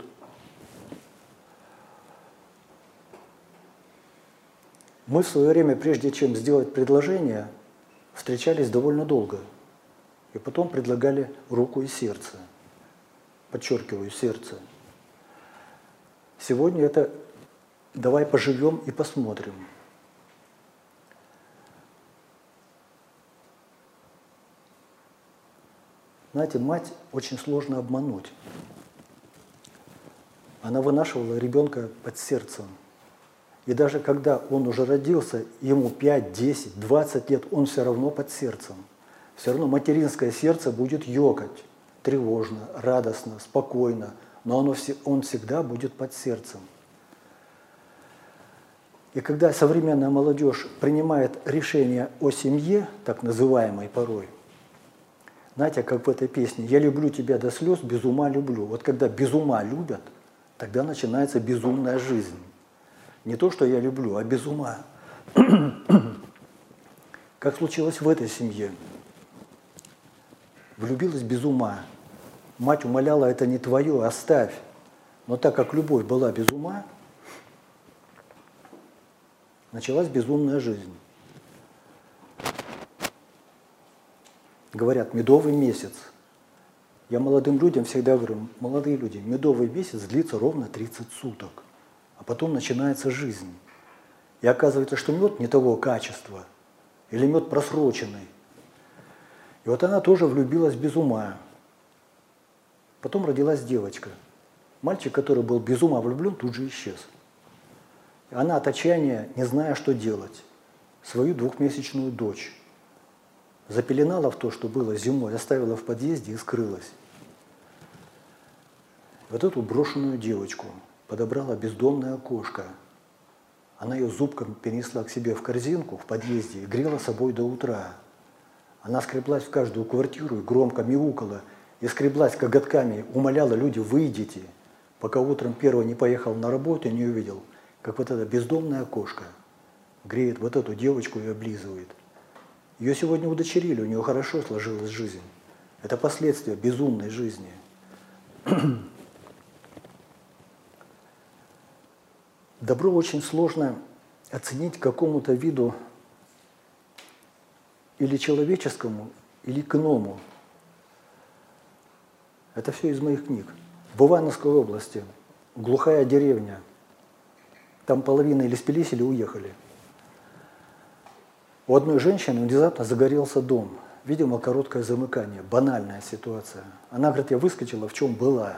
Мы в свое время, прежде чем сделать предложение, встречались довольно долго. И потом предлагали руку и сердце. Подчеркиваю, сердце. Сегодня это давай поживем и посмотрим. Знаете, мать очень сложно обмануть. Она вынашивала ребенка под сердцем. И даже когда он уже родился, ему пять, десять, двадцать лет, он все равно под сердцем. Все равно материнское сердце будет ёкать, тревожно, радостно, спокойно, но оно, он всегда будет под сердцем. И когда современная молодежь принимает решение о семье, так называемой порой, знаете, как в этой песне «Я люблю тебя до слез, без ума люблю». Вот когда без ума любят, тогда начинается безумная жизнь. Не то, что я люблю, а без ума. Как случилось в этой семье. Влюбилась без ума. Мать умоляла, это не твое, оставь. Но так как любовь была без ума, началась безумная жизнь. Говорят, медовый месяц. Я молодым людям всегда говорю, молодые люди, медовый месяц длится ровно тридцать суток. А потом начинается жизнь. И оказывается, что мед не того качества, или мед просроченный. И вот она тоже влюбилась без ума. Потом родилась девочка. Мальчик, который был без ума влюблен, тут же исчез. Она от отчаяния, не зная, что делать, свою двухмесячную дочь запеленала в то, что было зимой, оставила в подъезде и скрылась. Вот эту брошенную девочку подобрала бездомная кошка. Она ее зубком перенесла к себе в корзинку в подъезде и грела собой до утра. Она скреблась в каждую квартиру и громко мяукала, и скреблась коготками, умоляла люди, выйдите, пока утром первый не поехал на работу и не увидел, как вот эта бездомная кошка греет вот эту девочку и облизывает. Ее сегодня удочерили, у нее хорошо сложилась жизнь. Это последствия безумной жизни. Добро очень сложно оценить какому-то виду или человеческому, или к иному. Это все из моих книг. В Ивановской области глухая деревня. Там половина или спились, или уехали. У одной женщины внезапно загорелся дом. Видимо, короткое замыкание, банальная ситуация. Она говорит, я выскочила, в чем была.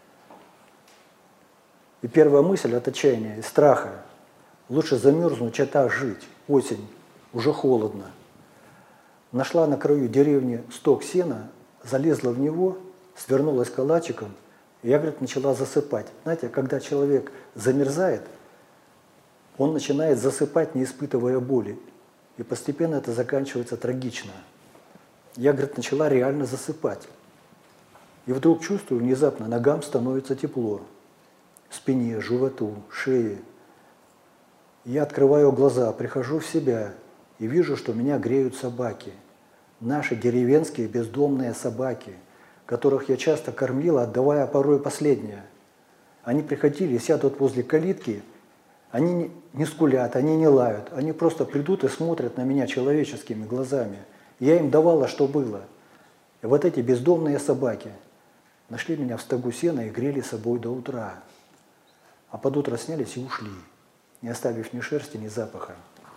И первая мысль от отчаяния и страха. Лучше замерзнуть, чем так жить. Осень, уже холодно. Нашла на краю деревни сток сена, залезла в него, свернулась калачиком, и я, говорит, начала засыпать. Знаете, когда человек замерзает, он начинает засыпать, не испытывая боли. И постепенно это заканчивается трагично. Я, говорит, начала реально засыпать. И вдруг чувствую, внезапно ногам становится тепло. Спине, животу, шее. Я открываю глаза, прихожу в себя и вижу, что меня греют собаки. Наши деревенские бездомные собаки, которых я часто кормила, отдавая порой последнее. Они приходили, сядут возле калитки Они не, не скулят, они не лают, они просто придут и смотрят на меня человеческими глазами. Я им давала, что было. И вот эти бездомные собаки нашли меня в стогу сена и грели собой до утра. А под утро снялись и ушли, не оставив ни шерсти, ни запаха.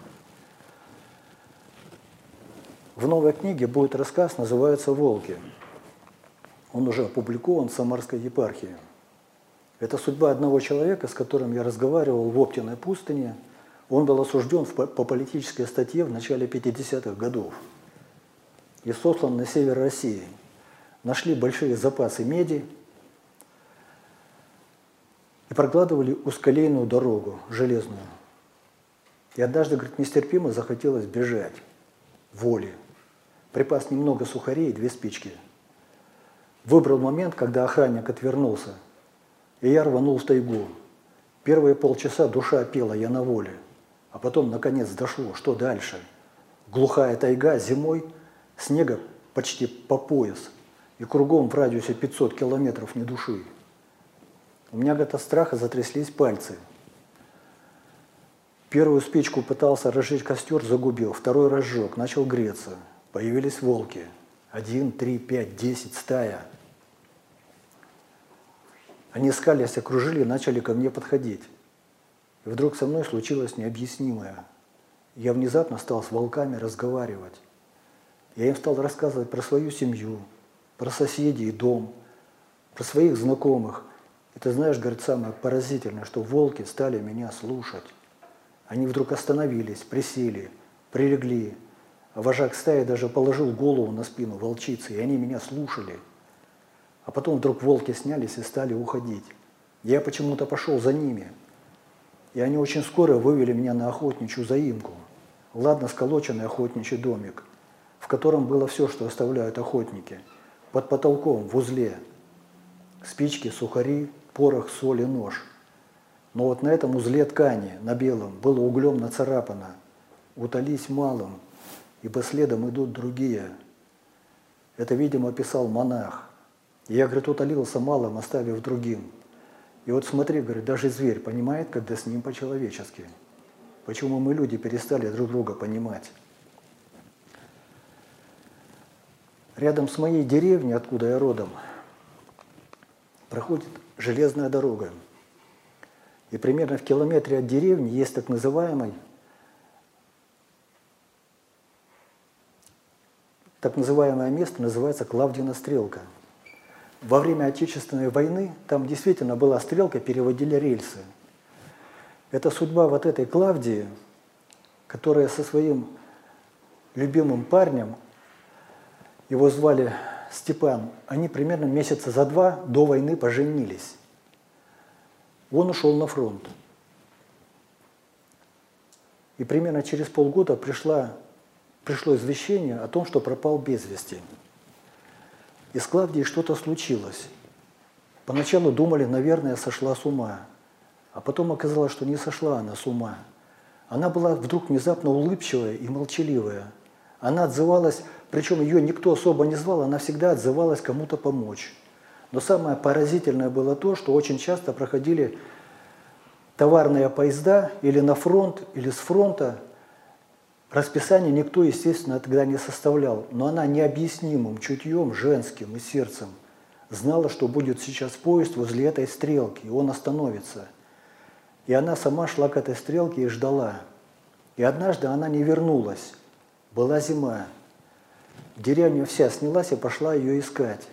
В новой книге будет рассказ, называется «Волки». Он уже опубликован в Самарской епархии. Это судьба одного человека, с которым я разговаривал в Оптиной пустыне. Он был осужден по политической статье в начале пятидесятых годов и сослан на север России. Нашли большие запасы меди и прокладывали узколейную дорогу, железную. И однажды, говорит, нестерпимо захотелось бежать, воли. Припас немного сухарей и две спички. Выбрал момент, когда охранник отвернулся, и я рванул в тайгу. Первые полчаса душа пела, я на воле. А потом, наконец, дошло, что дальше. Глухая тайга, зимой, снега почти по пояс, и кругом в радиусе пятьсот километров ни души. У меня, говорит, от страха затряслись пальцы. Первую спичку пытался разжечь костер, загубил, второй разжег, начал греться. Появились волки. Один, три, пять, десять, стая. Они скались, окружили и начали ко мне подходить. И вдруг со мной случилось необъяснимое. Я внезапно стал с волками разговаривать. Я им стал рассказывать про свою семью, про соседей и дом, про своих знакомых. И ты знаешь, говорит, самое поразительное, что волки стали меня слушать. Они вдруг остановились, присели, прилегли. А вожак стаи даже положил голову на спину волчицы, и они меня слушали. А потом вдруг волки снялись и стали уходить. Я почему-то пошел за ними. И они очень скоро вывели меня на охотничью заимку. Ладно сколоченный охотничий домик, в котором было все, что оставляют охотники. Под потолком, в узле. Спички, сухари, порох, соль и нож. Но вот на этом узле ткани, на белом, было углем нацарапано: «Утолись малым, ибо следом идут другие». Это, видимо, писал монах. И я, говорит, утолился малым, оставив другим. И вот смотри, говорит, даже зверь понимает, когда с ним по-человечески. Почему мы, люди, перестали друг друга понимать? Рядом с моей деревней, откуда я родом, проходит железная дорога. И примерно в километре от деревни есть так называемый, так называемое место называется Клавдина стрелка. Во время Отечественной войны там действительно была стрелка, переводили рельсы. Это судьба вот этой Клавдии, которая со своим любимым парнем, его звали Степан, они примерно месяца за два до войны поженились. Он ушел на фронт. И примерно через полгода пришла, пришло извещение о том, что пропал без вести. И с Клавдией что-то случилось. Поначалу думали, наверное, сошла с ума. А потом оказалось, что не сошла она с ума. Она была вдруг внезапно улыбчивая и молчаливая. Она отзывалась, причем ее никто особо не звал, она всегда отзывалась кому-то помочь. Но самое поразительное было то, что очень часто проходили товарные поезда или на фронт, или с фронта. Расписание никто, естественно, тогда не составлял, но она необъяснимым чутьем, женским и сердцем знала, что будет сейчас поезд возле этой стрелки, и он остановится. И она сама шла к этой стрелке и ждала. И однажды она не вернулась. Была зима. Деревня вся снялась и пошла ее искать.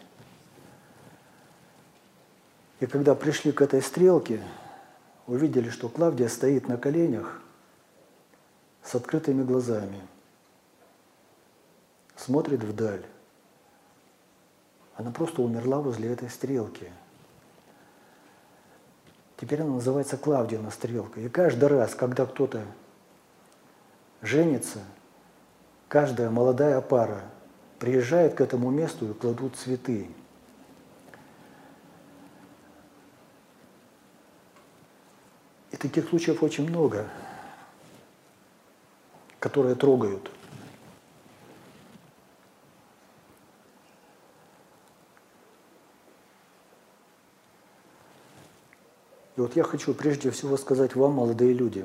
И когда пришли к этой стрелке, увидели, что Клавдия стоит на коленях с открытыми глазами, смотрит вдаль. Она просто умерла возле этой стрелки. Теперь она называется Клавдина стрелка. И каждый раз, когда кто-то женится, каждая молодая пара приезжает к этому месту и кладут цветы. И таких случаев очень много, которые трогают. И И вот я хочу прежде всего сказать вам, молодые люди,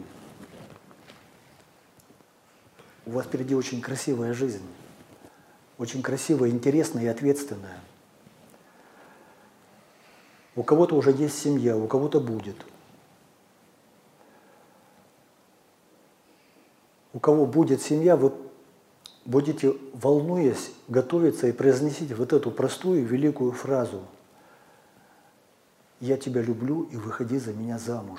у вас впереди очень красивая жизнь, очень красивая, интересная и ответственная. У кого-то уже есть семья, у кого-то будет. У кого будет семья, вы будете, волнуясь, готовиться и произносить вот эту простую, великую фразу: «Я тебя люблю, и выходи за меня замуж».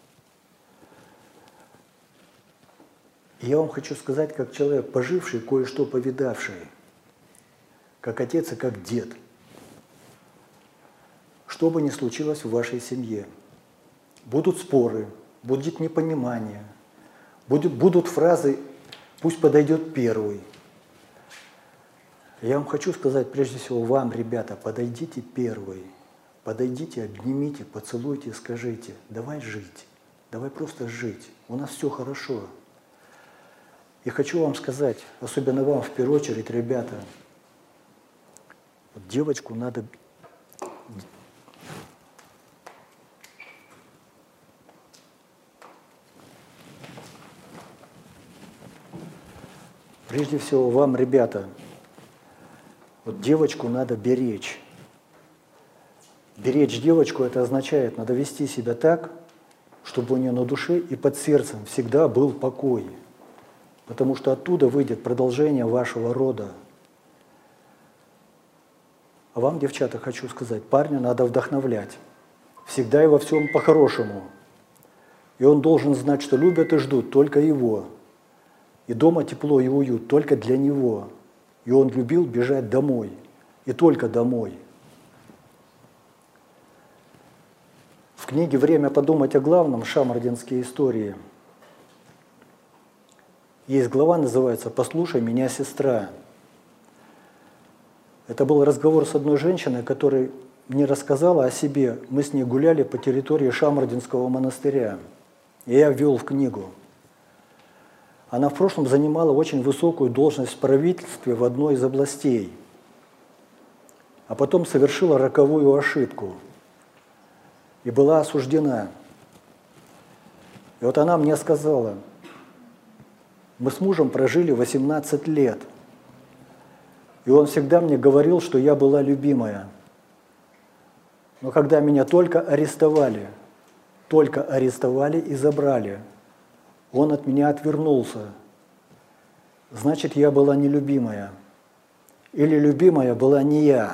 И я вам хочу сказать, как человек, поживший, кое-что повидавший, как отец и как дед, что бы ни случилось в вашей семье, будут споры, будет непонимание, будут, будут фразы «пусть подойдет первый». Я вам хочу сказать, прежде всего, вам, ребята, подойдите первый, подойдите, обнимите, поцелуйте, скажите: давай жить, давай просто жить, у нас все хорошо. И хочу вам сказать, особенно вам в первую очередь, ребята, вот девочку надо... Прежде всего, вам, ребята, вот девочку надо беречь. Беречь девочку — это означает, надо вести себя так, чтобы у нее на душе и под сердцем всегда был покой. Потому что оттуда выйдет продолжение вашего рода. А вам, девчата, хочу сказать, парня надо вдохновлять. Всегда и во всем по-хорошему. И он должен знать, что любят и ждут только его. И дома тепло и уют только для него. И он любил бежать домой. И только домой. В книге «Время подумать о главном» «Шамардинские истории» есть глава, называется «Послушай меня, сестра». Это был разговор с одной женщиной, которая мне рассказала о себе. Мы с ней гуляли по территории Шамардинского монастыря. И я ввел в книгу. Она в прошлом занимала очень высокую должность в правительстве в одной из областей. А потом совершила роковую ошибку. И была осуждена. И вот она мне сказала: мы с мужем прожили восемнадцать лет. И он всегда мне говорил, что я была любимая. Но когда меня только арестовали, только арестовали и забрали, он от меня отвернулся. Значит, я была нелюбимая. Или любимая была не я.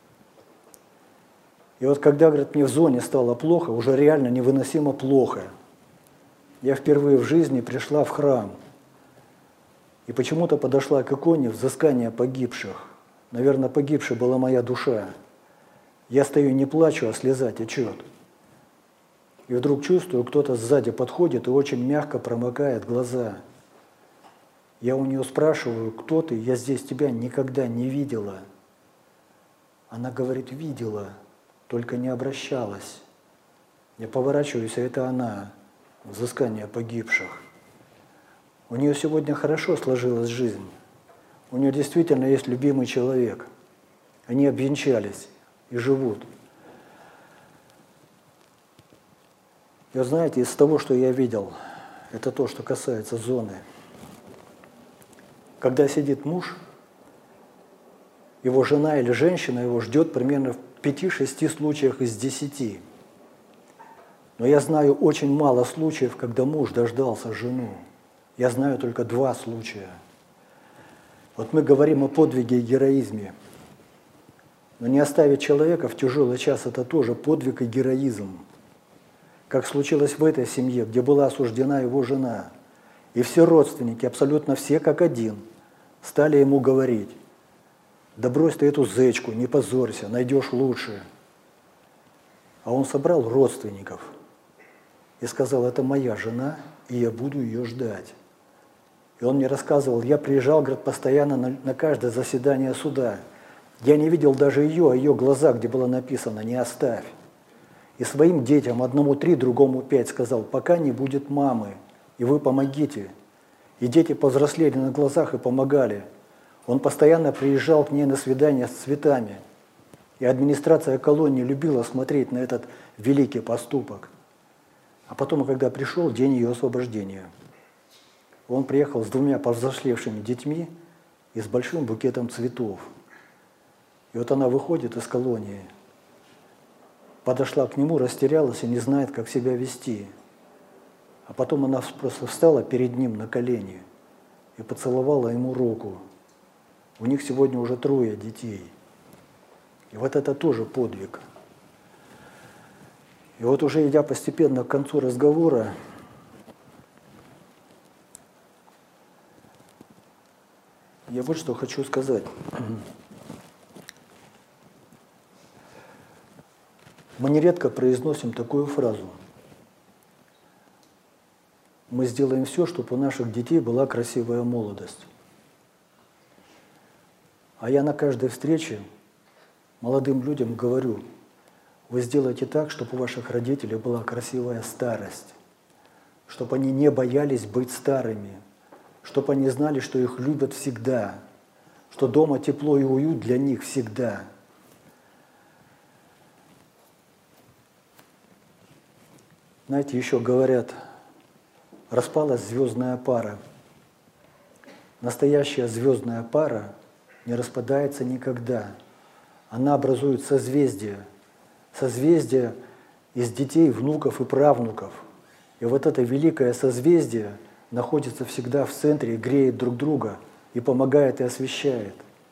И вот когда, говорит, мне в зоне стало плохо, уже реально невыносимо плохо, я впервые в жизни пришла в храм. И почему-то подошла к иконе взыскания погибших. Наверное, погибшей была моя душа. Я стою, не плачу, а слеза течет. И вдруг чувствую, кто-то сзади подходит и очень мягко промокает глаза. Я у нее спрашиваю: кто ты? Я здесь тебя никогда не видела. Она говорит: видела, только не обращалась. Я поворачиваюсь, а это она, взыскание погибших. У нее сегодня хорошо сложилась жизнь. У нее действительно есть любимый человек. Они обвенчались и живут. И вот знаете, из того, что я видел, это то, что касается зоны. Когда сидит муж, его жена или женщина его ждет примерно в пяти-шести случаях из десяти. Но я знаю очень мало случаев, когда муж дождался жену. Я знаю только два случая. Вот мы говорим о подвиге и героизме. Но не оставить человека в тяжелый час – это тоже подвиг и героизм. Как случилось в этой семье, где была осуждена его жена. И все родственники, абсолютно все как один, стали ему говорить: да брось ты эту зечку, не позорься, найдешь лучше. А он собрал родственников и сказал: это моя жена, и я буду ее ждать. И он мне рассказывал: я приезжал, говорит, постоянно на, на каждое заседание суда. Я не видел даже ее, а ее глаза, где было написано «не оставь». И своим детям, одному три, другому пять, сказал: пока не будет мамы, и вы помогите. И дети повзрослели на глазах и помогали. Он постоянно приезжал к ней на свидания с цветами. И администрация колонии любила смотреть на этот великий поступок. А потом, когда пришел день ее освобождения, он приехал с двумя повзрослевшими детьми и с большим букетом цветов. И вот она выходит из колонии, подошла к нему, растерялась и не знает, как себя вести. А потом она просто встала перед ним на колени и поцеловала ему руку. У них сегодня уже трое детей. И вот это тоже подвиг. И вот уже идя постепенно к концу разговора, я вот что хочу сказать. Мы нередко произносим такую фразу: мы сделаем все, чтобы у наших детей была красивая молодость. А я на каждой встрече молодым людям говорю: вы сделайте так, чтобы у ваших родителей была красивая старость, чтобы они не боялись быть старыми, чтобы они знали, что их любят всегда, что дома тепло и уют для них всегда. Знаете, еще говорят, распалась звездная пара. Настоящая звездная пара не распадается никогда. Она образует созвездие. Созвездие из детей, внуков и правнуков. И вот это великое созвездие находится всегда в центре и греет друг друга, и помогает, и освещает.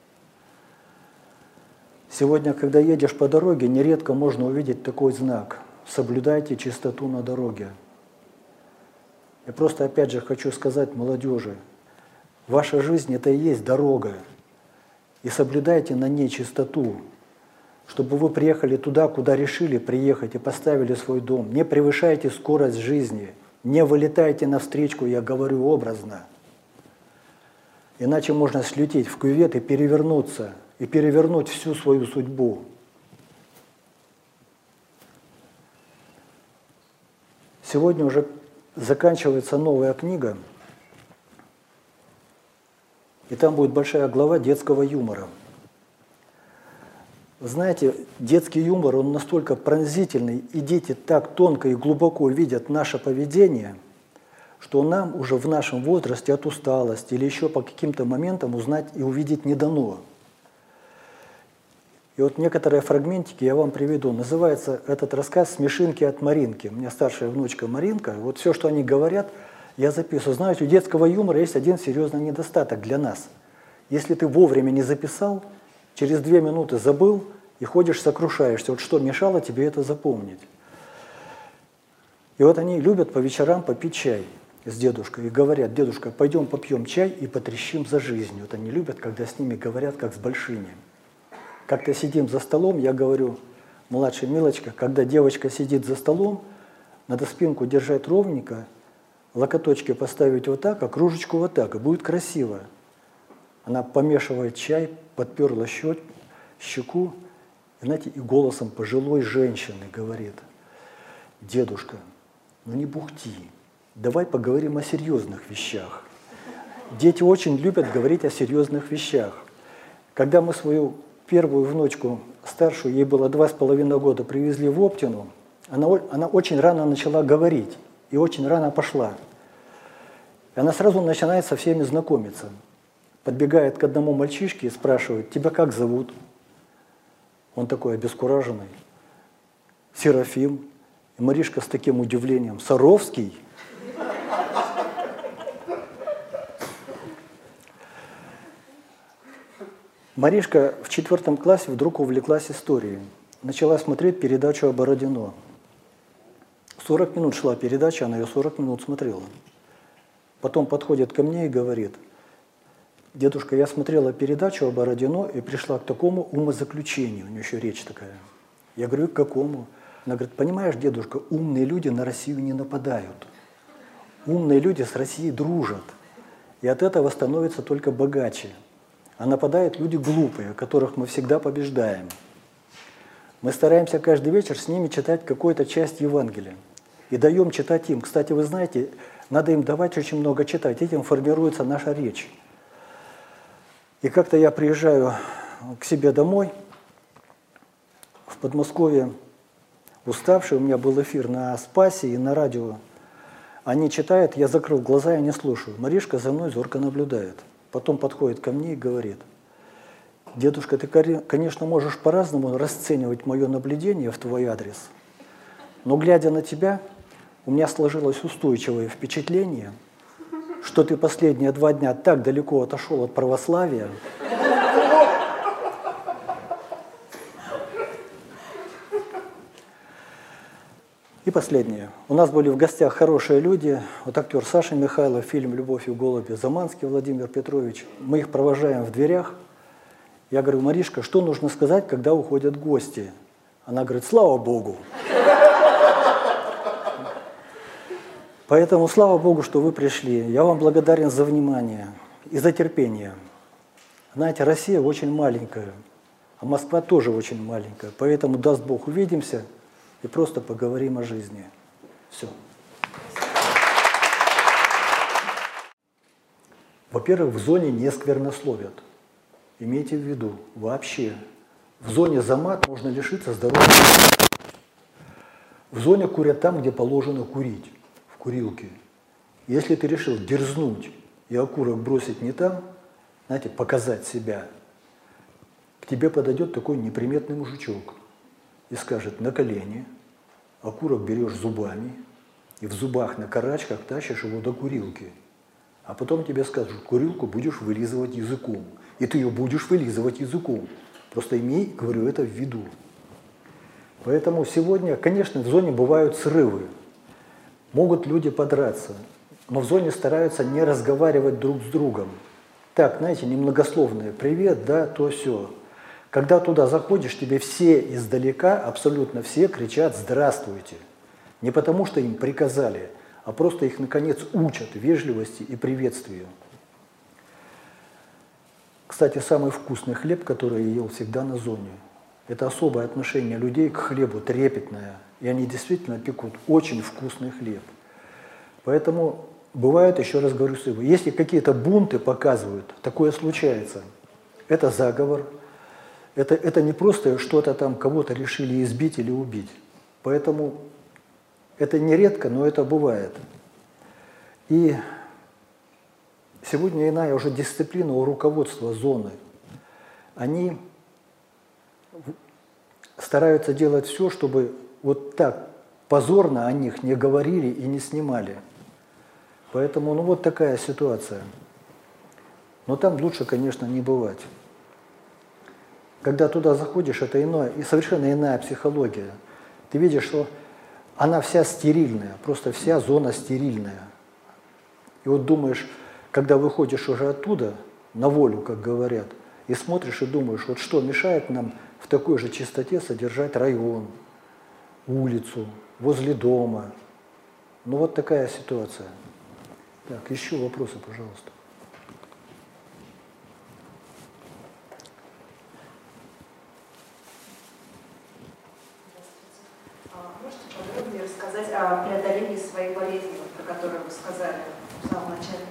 Сегодня, когда едешь по дороге, нередко можно увидеть такой знак: «Соблюдайте чистоту на дороге». Я просто опять же хочу сказать молодежи: ваша жизнь – это и есть дорога. И соблюдайте на ней чистоту, чтобы вы приехали туда, куда решили приехать, и поставили свой дом. Не превышайте скорость жизни, не вылетайте навстречу, я говорю образно. Иначе можно слететь в кювет и перевернуться, и перевернуть всю свою судьбу. Сегодня уже заканчивается новая книга, и там будет большая глава детского юмора. Вы знаете, детский юмор, он настолько пронзительный, и дети так тонко и глубоко видят наше поведение, что нам уже в нашем возрасте от усталости или еще по каким-то моментам узнать и увидеть не дано. И вот некоторые фрагментики я вам приведу. Называется этот рассказ «Смешинки от Маринки». У меня старшая внучка Маринка. Вот все, что они говорят, я записываю. Знаете, у детского юмора есть один серьезный недостаток для нас. Если ты вовремя не записал, через две минуты забыл и ходишь, сокрушаешься. Вот что мешало тебе это запомнить? И вот они любят по вечерам попить чай с дедушкой. И говорят: дедушка, пойдем попьем чай и потрещим за жизнь. Вот они любят, когда с ними говорят, как с большими. Как-то сидим за столом, я говорю: младшая Милочка, когда девочка сидит за столом, надо спинку держать ровненько, локоточки поставить вот так, а кружечку вот так, и будет красиво. Она помешивает чай, подперла щек, щеку, и, знаете, и голосом пожилой женщины говорит: дедушка, ну не бухти, давай поговорим о серьезных вещах. Дети очень любят говорить о серьезных вещах. Когда мы свою первую внучку, старшую, ей было два с половиной года, привезли в Оптину, она, она очень рано начала говорить и очень рано пошла. И она сразу начинает со всеми знакомиться. Подбегает к одному мальчишке и спрашивает: тебя как зовут? Он такой обескураженный: Серафим. И Маришка с таким удивлением: Саровский? Маришка в четвертом классе вдруг увлеклась историей. Начала смотреть передачу о Бородино. сорок минут шла передача, она ее сорок минут смотрела. Потом подходит ко мне и говорит: дедушка, я смотрела передачу о Бородино и пришла к такому умозаключению. У нее еще речь такая. Я говорю: к какому? Она говорит: понимаешь, дедушка, умные люди на Россию не нападают. Умные люди с Россией дружат. И от этого становятся только богаче. А нападают люди глупые, которых мы всегда побеждаем. Мы стараемся каждый вечер с ними читать какую-то часть Евангелия. И даем читать им. Кстати, вы знаете, надо им давать очень много читать. Этим формируется наша речь. И как-то я приезжаю к себе домой в Подмосковье. уставший, у меня был эфир на Спасе и на радио. Они читают, я закрыл глаза и не слушаю. Маришка за мной зорко наблюдает. Потом подходит ко мне и говорит: дедушка, ты, конечно, можешь по-разному расценивать мое наблюдение в твой адрес, но глядя на тебя, у меня сложилось устойчивое впечатление, что ты последние два дня так далеко отошел от православия. И последнее. У нас были в гостях хорошие люди. Вот актер Саша Михайлов, фильм «Любовь и голуби», Заманский Владимир Петрович. Мы их провожаем в дверях. Я говорю: Маришка, что нужно сказать, когда уходят гости? Она говорит: слава Богу. Поэтому слава Богу, что вы пришли. Я вам благодарен за внимание и за терпение. Знаете, Россия очень маленькая, а Москва тоже очень маленькая. Поэтому, даст Бог, увидимся и просто поговорим о жизни. Все. Во-первых, в зоне не сквернословят. Имейте в виду, вообще. В зоне за мат можно лишиться здоровья. В зоне курят там, где положено курить, в курилке. Если ты решил дерзнуть и окурок бросить не там, знаете, показать себя, к тебе подойдет такой неприметный мужичок и скажет: на колени, окурок берешь зубами, и в зубах на карачках тащишь его до курилки. А потом тебе скажут: курилку будешь вылизывать языком. И ты ее будешь вылизывать языком. Просто имей, говорю, это в виду. Поэтому сегодня, конечно, в зоне бывают срывы. Могут люди подраться. Но в зоне стараются не разговаривать друг с другом. Так, знаете, немногословные: привет, да, то, сё. Когда туда заходишь, тебе все издалека, абсолютно все кричат «здравствуйте». Не потому, что им приказали, а просто их, наконец, учат вежливости и приветствию. Кстати, самый вкусный хлеб, который я ел всегда на зоне, это особое отношение людей к хлебу, трепетное. И они действительно пекут очень вкусный хлеб. Поэтому бывает, еще раз говорю, если какие-то бунты показывают, такое случается. Это заговор. Это, это не просто что-то там, кого-то решили избить или убить. Поэтому это нередко, но это бывает. И сегодня иная уже дисциплина у руководства зоны. Они стараются делать все, чтобы вот так позорно о них не говорили и не снимали. Поэтому, ну вот такая ситуация. Но там лучше, конечно, не бывать. Когда туда заходишь, это иное, и совершенно иная психология. Ты видишь, что она вся стерильная, просто вся зона стерильная. И вот думаешь, когда выходишь уже оттуда, на волю, как говорят, и смотришь и думаешь, вот что мешает нам в такой же чистоте содержать район, улицу, возле дома. Ну вот такая ситуация. Так, еще вопросы, пожалуйста. Рассказать о преодолении своей болезни, про которую вы сказали в самом начале.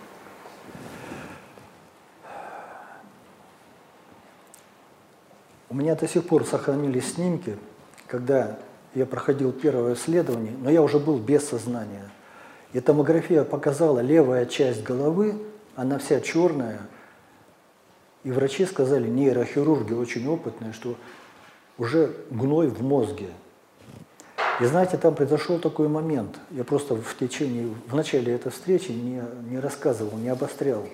У меня до сих пор сохранились снимки, когда я проходил первое исследование, но я уже был без сознания. И томография показала левая часть головы, она вся черная. И врачи сказали, нейрохирурги очень опытные, что уже гной в мозге. И знаете, там произошел такой момент, я просто в течение, в начале этой встречи не, не рассказывал, не обострял,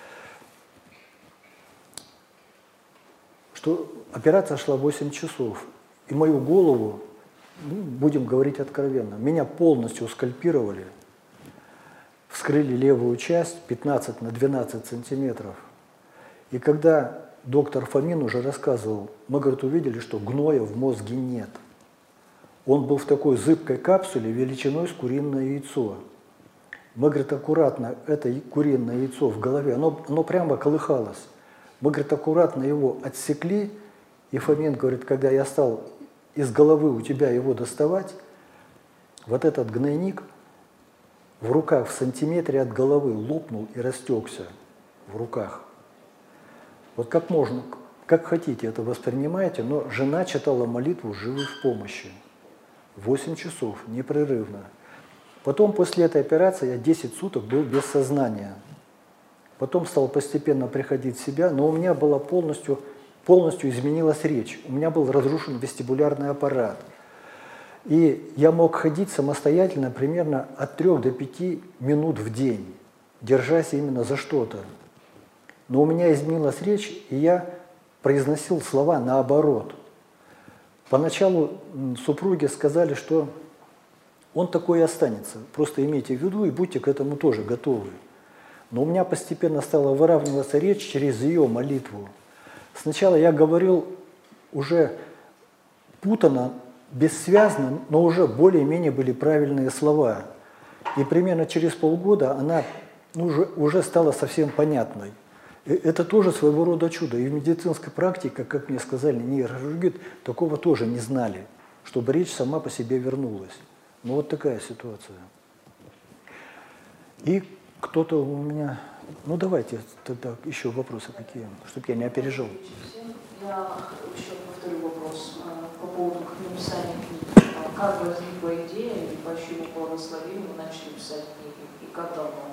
что операция шла восемь часов, и мою голову, ну, будем говорить откровенно, меня полностью скальпировали, вскрыли левую часть пятнадцать на двенадцать сантиметров. И когда доктор Фомин уже рассказывал, мы, говорит, увидели, что гноя в мозге нет. Он был в такой зыбкой капсуле величиной с куриное яйцо. Мы, говорит, аккуратно, это куриное яйцо в голове, оно, оно прямо колыхалось. Мы, говорит, аккуратно его отсекли, и Фомин говорит, когда я стал из головы у тебя его доставать, вот этот гнойник в руках в сантиметре от головы лопнул и растекся в руках. Вот как можно, как хотите это воспринимаете, но жена читала молитву живых в помощи. восемь часов непрерывно. Потом после этой операции я десять суток был без сознания. Потом стал постепенно приходить в себя, но у меня была полностью, полностью изменилась речь. У меня был разрушен вестибулярный аппарат. И я мог ходить самостоятельно примерно от трёх до пяти минут в день, держась именно за что-то. Но у меня изменилась речь, и я произносил слова наоборот. Поначалу супруги сказали, что он такой и останется. Просто имейте в виду и будьте к этому тоже готовы. Но у меня постепенно стала выравниваться речь через ее молитву. Сначала я говорил уже путано, бессвязно, но уже более-менее были правильные слова. И примерно через полгода она уже, уже стала совсем понятной. И это тоже своего рода чудо. И в медицинской практике, как мне сказали нейрохирурги, такого тоже не знали, чтобы речь сама по себе вернулась. Ну вот такая ситуация. И кто-то у меня... Ну давайте тогда еще вопросы какие, чтобы я не опережал. Я еще повторю вопрос по поводу написания книги. Как возникла идея и по чьему благословению вы начали писать книги? И как давно?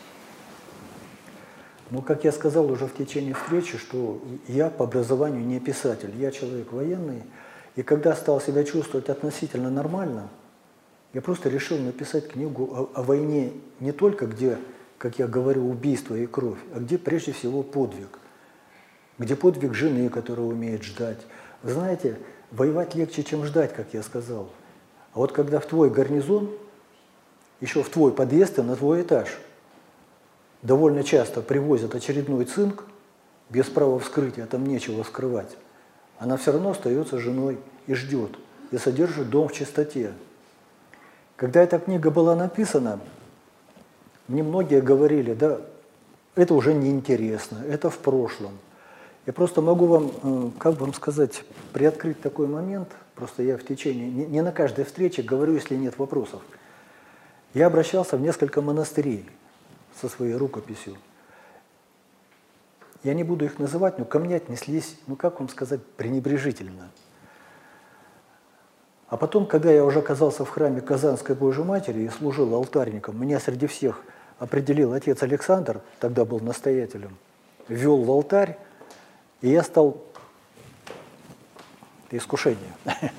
Ну, как я сказал уже в течение встречи, что я по образованию не писатель, я человек военный. И когда стал себя чувствовать относительно нормально, я просто решил написать книгу о, о войне не только где, как я говорю, убийство и кровь, а где прежде всего подвиг. Где подвиг жены, которая умеет ждать. Вы знаете, воевать легче, чем ждать, как я сказал. А вот когда в твой гарнизон, еще в твой подъезд и на твой этаж, довольно часто привозят очередной цинк, без права вскрытия, там нечего скрывать, она все равно остается женой и ждет, и содержит дом в чистоте. Когда эта книга была написана, мне многие говорили, да, это уже неинтересно, это в прошлом. Я просто могу вам, как вам сказать, приоткрыть такой момент, просто я в течение, не на каждой встрече говорю, если нет вопросов. Я обращался в несколько монастырей со своей рукописью. Я не буду их называть, но ко мне отнеслись, ну как вам сказать, пренебрежительно. А потом, когда я уже оказался в храме Казанской Божьей Матери и служил алтарником, меня среди всех определил отец Александр, тогда был настоятелем, ввел в алтарь, и я стал... Это искушение.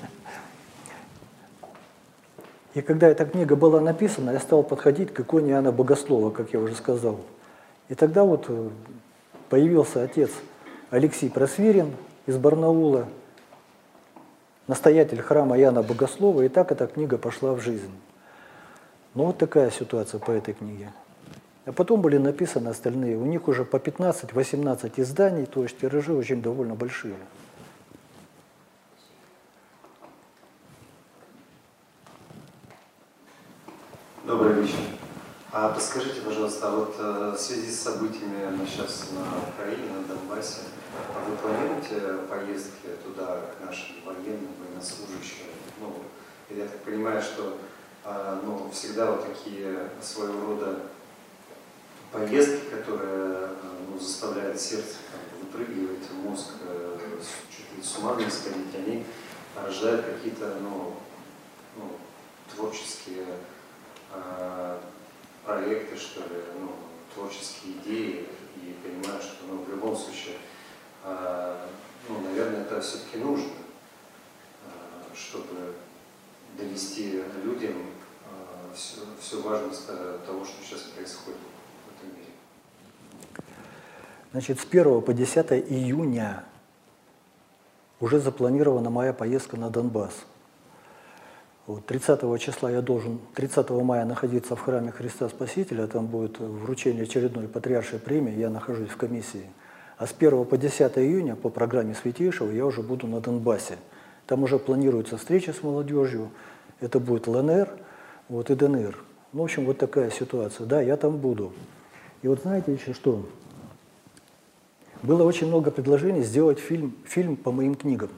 И когда эта книга была написана, я стал подходить к иконе Иоанна Богослова, как я уже сказал. И тогда вот появился отец Алексей Просвирин из Барнаула, настоятель храма Иоанна Богослова, и так эта книга пошла в жизнь. Ну вот такая ситуация по этой книге. А потом были написаны остальные. У них уже по пятнадцать-восемнадцать изданий, то есть тиражи очень довольно большие. Добрый вечер. А подскажите, пожалуйста, а вот э, в связи с событиями сейчас на Украине, на Донбассе, а вы планируете поездки туда к нашим военным, военнослужащим? Ну, я так понимаю, что э, ну, всегда вот такие своего рода поездки, которые э, ну, заставляют сердце там, выпрыгивать, мозг э, чуть ли с ума не сходить, они рождают какие-то ну, ну, творческие проекты, что ли, ну, творческие идеи, и понимаю, что ну, в любом случае, ну, наверное, это все-таки нужно, чтобы донести людям всю, всю важность того, что сейчас происходит в этом мире. Значит, с первого по десятое июня уже запланирована моя поездка на Донбасс. Вот, тридцатого числа я должен, тридцатого мая находиться в храме Христа Спасителя, там будет вручение очередной патриаршей премии, я нахожусь в комиссии. А с первого по десятое июня по программе Святейшего я уже буду на Донбассе. Там уже планируется встреча с молодежью, это будет ЛНР вот, и ДНР. Ну, в общем, вот такая ситуация. Да, я там буду. И вот знаете еще что? Было очень много предложений сделать фильм, фильм по моим книгам.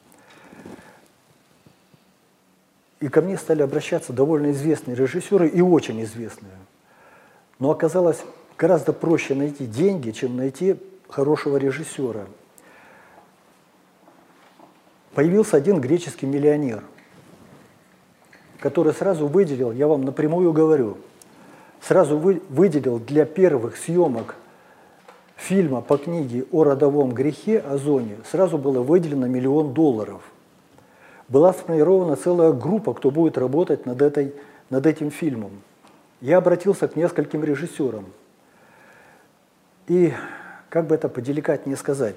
И ко мне стали обращаться довольно известные режиссеры и очень известные. Но оказалось гораздо проще найти деньги, чем найти хорошего режиссера. Появился один греческий миллионер. который сразу выделил, я вам напрямую говорю, сразу вы, выделил для первых съемок фильма по книге о родовом грехе, о зоне, сразу было выделено миллион долларов. Была сформирована целая группа, кто будет работать над, этой, над этим фильмом. Я обратился к нескольким режиссерам. И, как бы это поделикатнее сказать,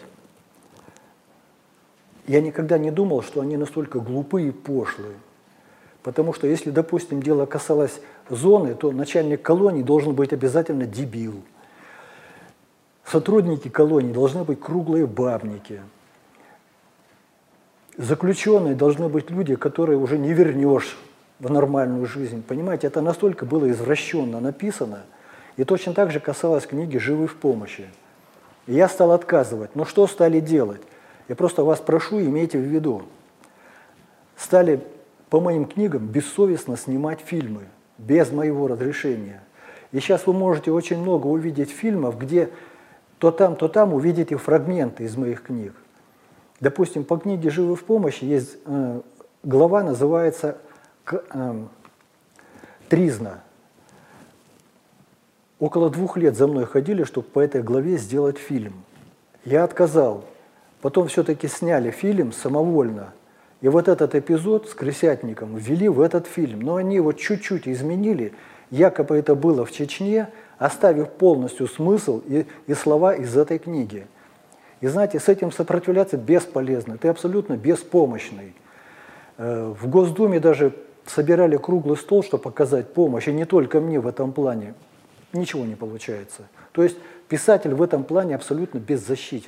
я никогда не думал, что они настолько глупые и пошлые. Потому что если, допустим, дело касалось зоны, то начальник колонии должен быть обязательно дебил. Сотрудники колонии должны быть круглые бабники. Заключенные должны быть люди, которые уже не вернешь в нормальную жизнь. Понимаете, это настолько было извращенно написано. И точно так же касалось книги «Живы в помощи». И я стал отказывать. Но что стали делать? Я просто вас прошу, имейте в виду. Стали по моим книгам бессовестно снимать фильмы, без моего разрешения. И сейчас вы можете очень много увидеть фильмов, где то там, то там увидите фрагменты из моих книг. Допустим, по книге «Живы в помощи» есть э, глава, называется э, «Тризна». Около двух лет за мной ходили, чтобы по этой главе сделать фильм. Я отказал. Потом все-таки сняли фильм самовольно. И вот этот эпизод с Крысятником ввели в этот фильм. Но они его чуть-чуть изменили. Якобы это было в Чечне, оставив полностью смысл и, и слова из этой книги. И знаете, с этим сопротивляться бесполезно. Ты абсолютно беспомощный. В Госдуме даже собирали круглый стол, чтобы показать помощь. И не только мне в этом плане. Ничего не получается. То есть писатель в этом плане абсолютно беззащитен.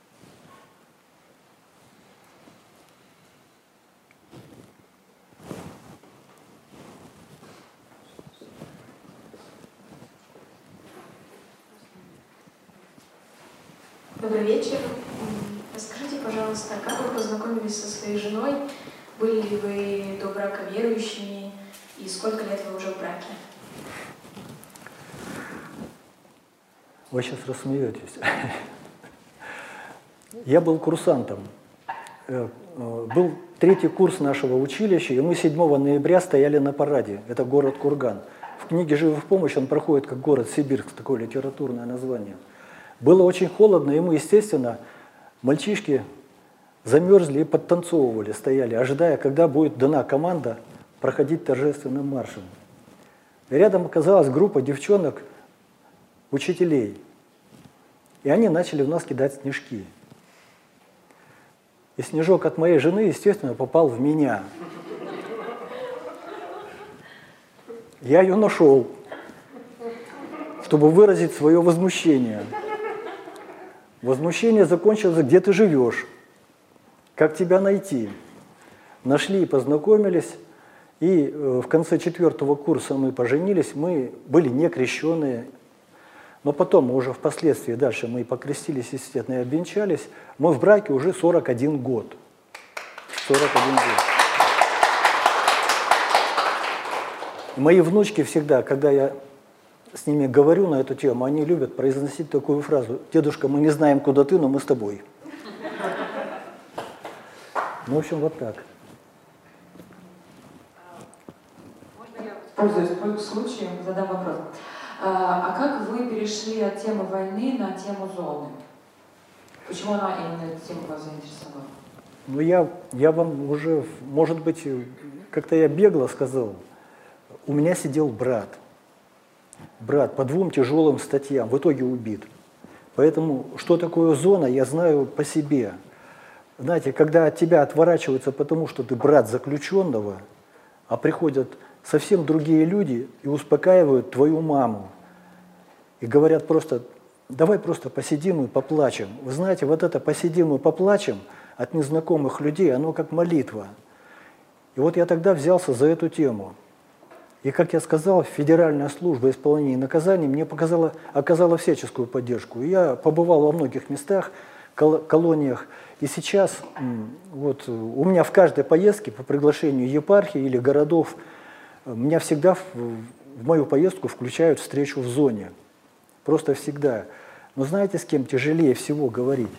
Добрый вечер. Расскажите, пожалуйста, как вы познакомились со своей женой? Были ли вы до брака верующими? И сколько лет вы уже в браке? Вы сейчас рассмеетесь. Я был курсантом. Был третий курс нашего училища, и мы седьмого ноября стояли на параде. Это город Курган. В книге «Живы в помощь» он проходит как город Сибирск, такое литературное название. Было очень холодно, и мы, естественно, мальчишки замерзли и подтанцовывали, стояли, ожидая, когда будет дана команда проходить торжественным маршем. И рядом оказалась группа девчонок, учителей. И они начали в нас кидать снежки. И снежок от моей жены, естественно, попал в меня. Я ее нашел, чтобы выразить свое возмущение. Возмущение закончилось: где ты живешь, как тебя найти. Нашли и познакомились, и в конце четвертого курса мы поженились, мы были не крещенные, но потом мы уже впоследствии дальше мы покрестились, естественно, и обвенчались. Мы в браке уже сорок один год. сорок один год. Мои внучки всегда, когда я с ними говорю на эту тему, они любят произносить такую фразу: «Дедушка, мы не знаем, куда ты, но мы с тобой». Ну, в общем, вот так. Можно я, пользуясь случаем, задам вопрос? А, а как вы перешли от темы войны на тему зоны? Почему она именно эта тема вас заинтересовала? Ну, я, я вам уже, может быть, как-то я бегло сказал. У меня сидел брат. Брат по двум тяжелым статьям, в итоге убит. Поэтому, что такое зона, я знаю по себе. Знаете, когда от тебя отворачиваются, потому что ты брат заключенного, а приходят совсем другие люди и успокаивают твою маму. И говорят просто: давай просто посидим и поплачем. Вы знаете, вот это «посидим и поплачем» от незнакомых людей, оно как молитва. И вот я тогда взялся за эту тему. И, как я сказал, Федеральная служба исполнения наказаний мне показала, оказала всяческую поддержку. И я побывал во многих местах, кол колониях. И сейчас вот, у меня в каждой поездке по приглашению епархии или городов, меня всегда в, в мою поездку включают встречу в зоне. Просто всегда. Но знаете, с кем тяжелее всего говорить?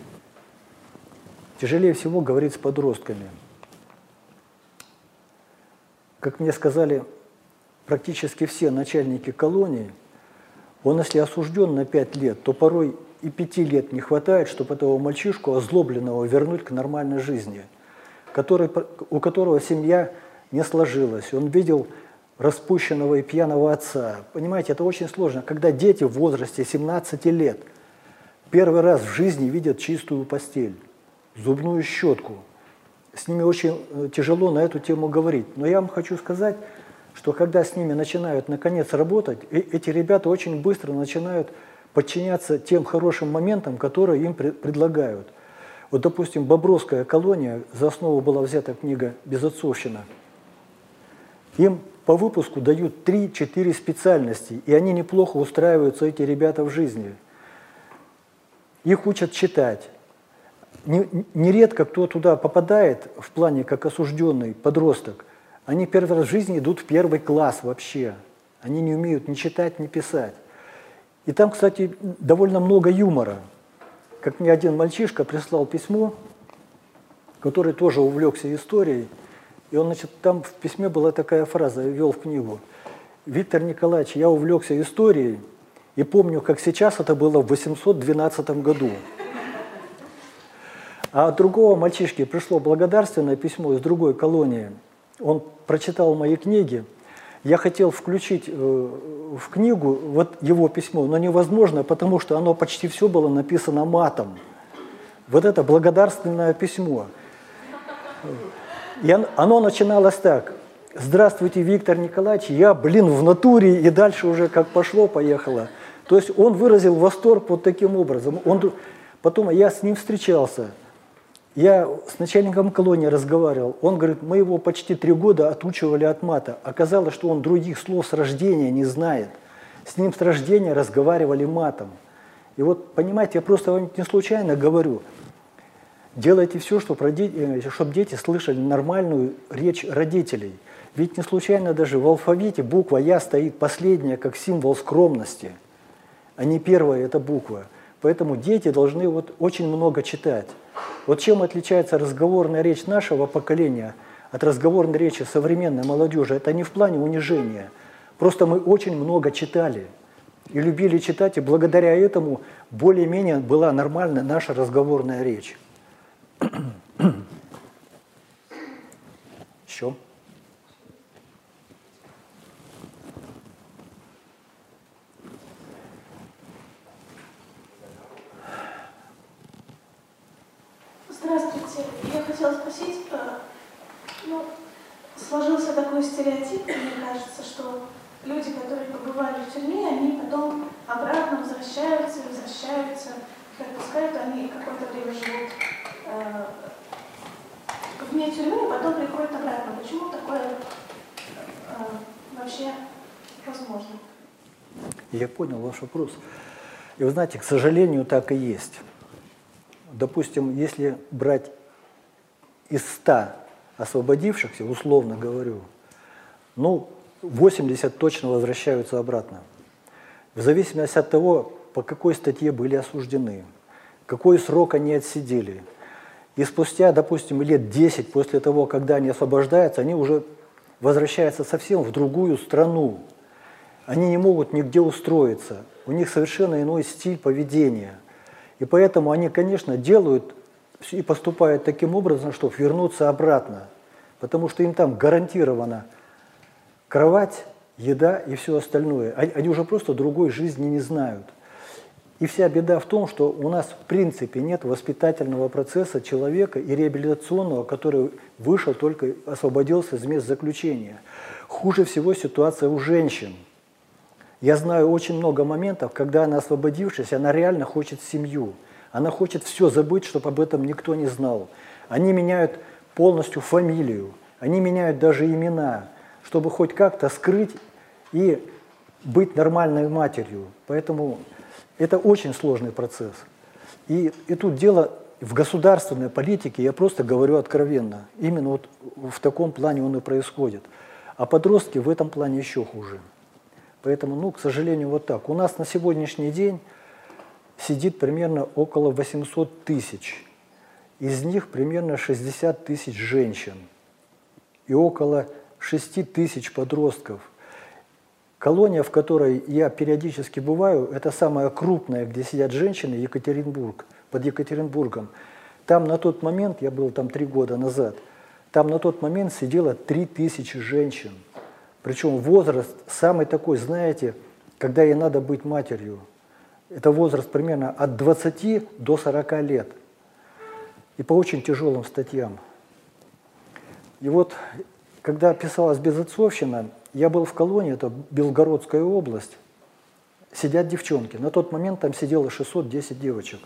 Тяжелее всего говорить с подростками. как мне сказали практически все начальники колоний, он, если осужден на пять лет, то порой и пяти лет не хватает, чтобы этого мальчишку озлобленного вернуть к нормальной жизни, который, у которого семья не сложилась. Он видел распущенного и пьяного отца. Понимаете, это очень сложно, когда дети в возрасте семнадцати лет первый раз в жизни видят чистую постель, зубную щетку. С ними очень тяжело на эту тему говорить. Но я вам хочу сказать, что когда с ними начинают наконец работать, эти ребята очень быстро начинают подчиняться тем хорошим моментам, которые им предлагают. Вот, допустим, Бобровская колония, за основу была взята книга «Безотцовщина». Им по выпуску дают три-четыре специальности, и они неплохо устраиваются, эти ребята, в жизни. Их учат читать. Нередко кто туда попадает, в плане как осужденный подросток, они первый раз в жизни идут в первый класс вообще. Они не умеют ни читать, ни писать. И там, кстати, довольно много юмора. Как мне один мальчишка прислал письмо, который тоже увлекся историей, и он, значит, там в письме была такая фраза, я ввел в книгу. «Виктор Николаевич, я увлекся историей, и помню, как сейчас это было в восемьсот двенадцатом году». А от другого мальчишки пришло благодарственное письмо из другой колонии. Он прочитал мои книги. Я хотел включить э, в книгу вот его письмо, но невозможно, потому что оно почти все было написано матом. Вот это благодарственное письмо. И оно начиналось так. «Здравствуйте, Виктор Николаевич, я, блин, в натуре», и дальше уже как пошло-поехало. То есть он выразил восторг вот таким образом. Он, потом я с ним встречался. Я с начальником колонии разговаривал. Он говорит, мы его почти три года отучивали от мата. Оказалось, что он других слов с рождения не знает. С ним с рождения разговаривали матом. И вот, понимаете, я просто вам не случайно говорю. Делайте все, чтобы дети слышали нормальную речь родителей. Ведь не случайно даже в алфавите буква «Я» стоит последняя, как символ скромности, а не первая эта буква. Поэтому дети должны вот очень много читать. Вот чем отличается разговорная речь нашего поколения от разговорной речи современной молодежи? Это не в плане унижения. Просто мы очень много читали и любили читать, и благодаря этому более-менее была нормальная наша разговорная речь. Еще? Здравствуйте. Я хотела спросить, ну, сложился такой стереотип, мне кажется, что люди, которые побывали в тюрьме, они потом обратно возвращаются, возвращаются, как пускай они какое-то время живут э, вне тюрьмы, а потом приходят обратно. Почему такое э, вообще возможно? Я понял ваш вопрос. И вы знаете, к сожалению, так и есть. Допустим, если брать из ста освободившихся, условно говорю, ну, восемьдесят точно возвращаются обратно. В зависимости от того, по какой статье были осуждены, какой срок они отсидели. И спустя, допустим, лет десять после того, когда они освобождаются, они уже возвращаются совсем в другую страну. Они не могут нигде устроиться. У них совершенно иной стиль поведения. И поэтому они, конечно, делают и поступают таким образом, чтобы вернуться обратно. Потому что им там гарантирована кровать, еда и все остальное. Они уже просто другой жизни не знают. И вся беда в том, что у нас в принципе нет воспитательного процесса человека и реабилитационного, который вышел, только освободился из мест заключения. Хуже всего ситуация у женщин. Я знаю очень много моментов, когда она, освободившись, она реально хочет семью. Она хочет все забыть, чтобы об этом никто не знал. Они меняют полностью фамилию, они меняют даже имена, чтобы хоть как-то скрыть и быть нормальной матерью. Поэтому это очень сложный процесс. И, и тут дело в государственной политике, я просто говорю откровенно. Именно вот в таком плане он и происходит. А подростки в этом плане еще хуже. Поэтому, ну, к сожалению, вот так. У нас на сегодняшний день сидит примерно около восьмисот тысяч. Из них примерно шестьдесят тысяч женщин. И около шести тысяч подростков. Колония, в которой я периодически бываю, это самая крупная, где сидят женщины, Екатеринбург, под Екатеринбургом. Там на тот момент, я был там три года назад, там на тот момент сидело три тысячи женщин. Причем возраст самый такой, знаете, когда ей надо быть матерью. Это возраст примерно от двадцати до сорока лет. И по очень тяжелым статьям. И вот, когда писалась «Безотцовщина», я был в колонии, это Белгородская область, сидят девчонки. На тот момент там сидело шестьсот десять девочек.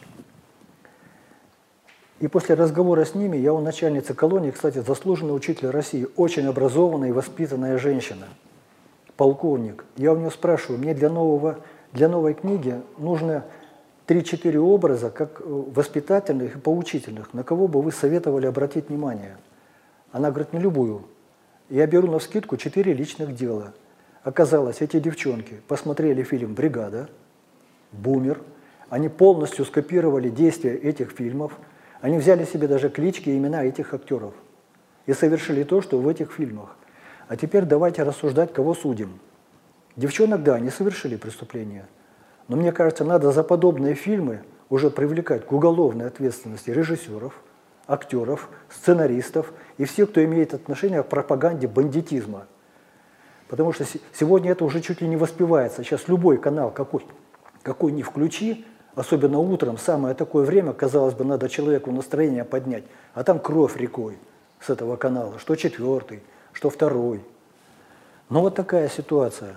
И после разговора с ними я у начальницы колонии, кстати, заслуженный учитель России, очень образованная и воспитанная женщина, полковник. Я у нее спрашиваю, мне для, нового, для новой книги нужно три-четыре образа, как воспитательных и поучительных. На кого бы вы советовали обратить внимание? Она говорит, на любую. Я беру навскидку четыре личных дела. Оказалось, эти девчонки посмотрели фильм «Бригада», «Бумер». Они полностью скопировали действия этих фильмов. Они взяли себе даже клички и имена этих актеров. И совершили то, что в этих фильмах. А теперь давайте рассуждать, кого судим. Девчонок, да, они совершили преступление. Но мне кажется, надо за подобные фильмы уже привлекать к уголовной ответственности режиссеров, актеров, сценаристов и всех, кто имеет отношение к пропаганде бандитизма. Потому что сегодня это уже чуть ли не воспевается. Сейчас любой канал, какой, какой ни включи, особенно утром, самое такое время, казалось бы, надо человеку настроение поднять, а там кровь рекой с этого канала, что четвертый, что второй. Но вот такая ситуация.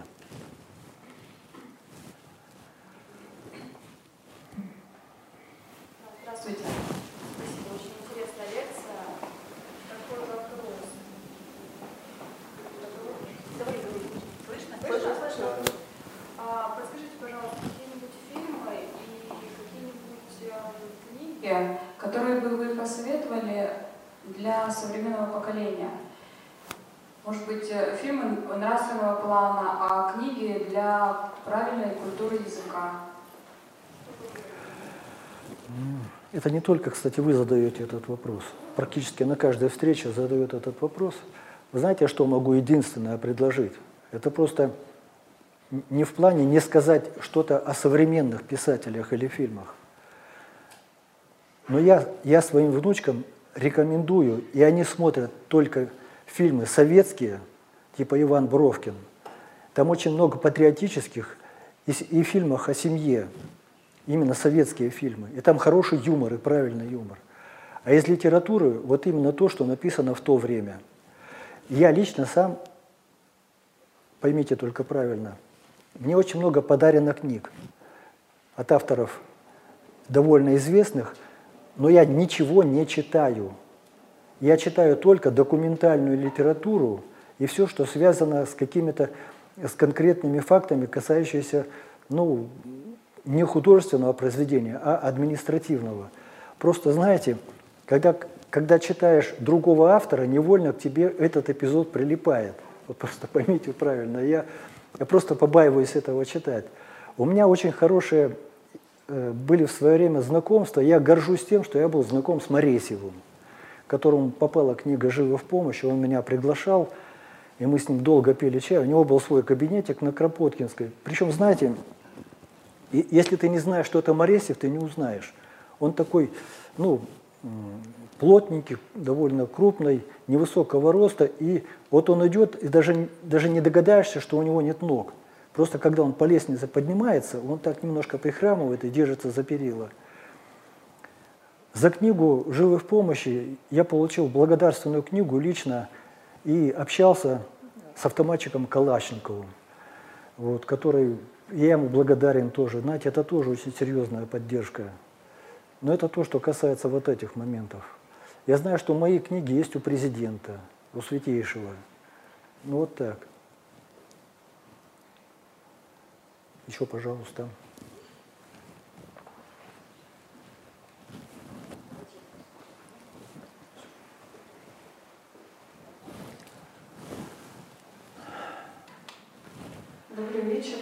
Здравствуйте. Спасибо, очень интересная лекция. Такой вопрос. Давай, давай. Слышно? Слышно, слышно. А, подскажите, пожалуйста, какие-нибудь фильмы и какие-нибудь э, книги, которые бы вы посоветовали для современного поколения? Может быть, фильмы нравственного плана, а книги для правильной культуры языка? Это не только, кстати, вы задаете этот вопрос. Практически на каждой встрече задают этот вопрос. Вы знаете, что могу единственное предложить? Это просто не в плане не сказать что-то о современных писателях или фильмах. Но я, я своим внучкам рекомендую, и они смотрят только фильмы советские, типа Иван Бровкин. Там очень много патриотических и, и фильмов о семье, именно советские фильмы. И там хороший юмор и правильный юмор. А из литературы вот именно то, что написано в то время. Я лично сам, поймите только правильно, мне очень много подарено книг от авторов довольно известных, но я ничего не читаю. Я читаю только документальную литературу и все, что связано с какими-то, с конкретными фактами, касающимися, ну, не художественного произведения, а административного. Просто, знаете, когда, когда читаешь другого автора, невольно к тебе этот эпизод прилипает. Вот просто поймите правильно, я, я просто побаиваюсь этого читать. У меня очень хорошие э, были в свое время знакомства. Я горжусь тем, что я был знаком с Моресьевым, которому попала книга «Живы в помощь», он меня приглашал, и мы с ним долго пили чай. У него был свой кабинетик на Кропоткинской. Причем, знаете, и если ты не знаешь, что это Моресьев, ты не узнаешь. Он такой, ну, плотненький, довольно крупный, невысокого роста, и вот он идет, и даже, даже не догадаешься, что у него нет ног. Просто когда он по лестнице поднимается, он так немножко прихрамывает и держится за перила. За книгу «Живы в помощи» я получил благодарственную книгу лично и общался с автоматчиком Калашниковым, вот, который, я ему благодарен тоже. Знаете, это тоже очень серьезная поддержка. Но это то, что касается вот этих моментов. Я знаю, что мои книги есть у президента, у Святейшего. Ну вот так. Еще, пожалуйста. Добрый вечер.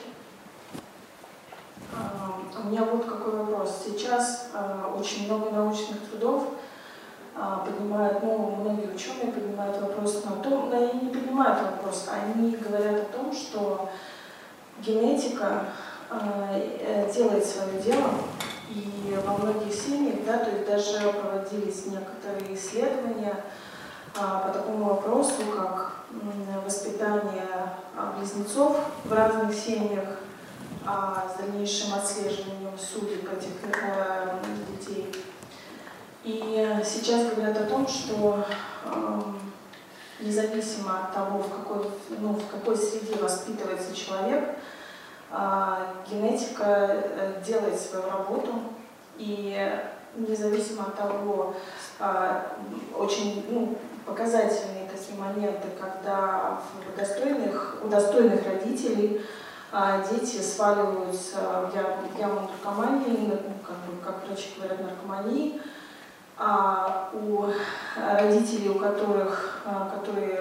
А, у меня вот какой вопрос. Сейчас а, очень много научных трудов а, поднимают, ну, многие ученые поднимают вопрос на том, да, и не поднимают вопрос, они говорят о том, что генетика э, делает свое дело, и во многих семьях, да, то есть даже проводились некоторые исследования а, по такому вопросу, как м, воспитание а, близнецов в разных семьях, а, с дальнейшим отслеживанием судеб этих э, детей. И сейчас говорят о том, что э, независимо от того, в какой, ну, в какой среде воспитывается человек, э, генетика э, делает свою работу, и независимо от того, э, очень ну, показательные такие моменты, когда у достойных, у достойных родителей э, дети сваливаются в яму, в яму наркомании, ну, как, бы, как врачи говорят, наркомании, а у родителей, у которых, которые,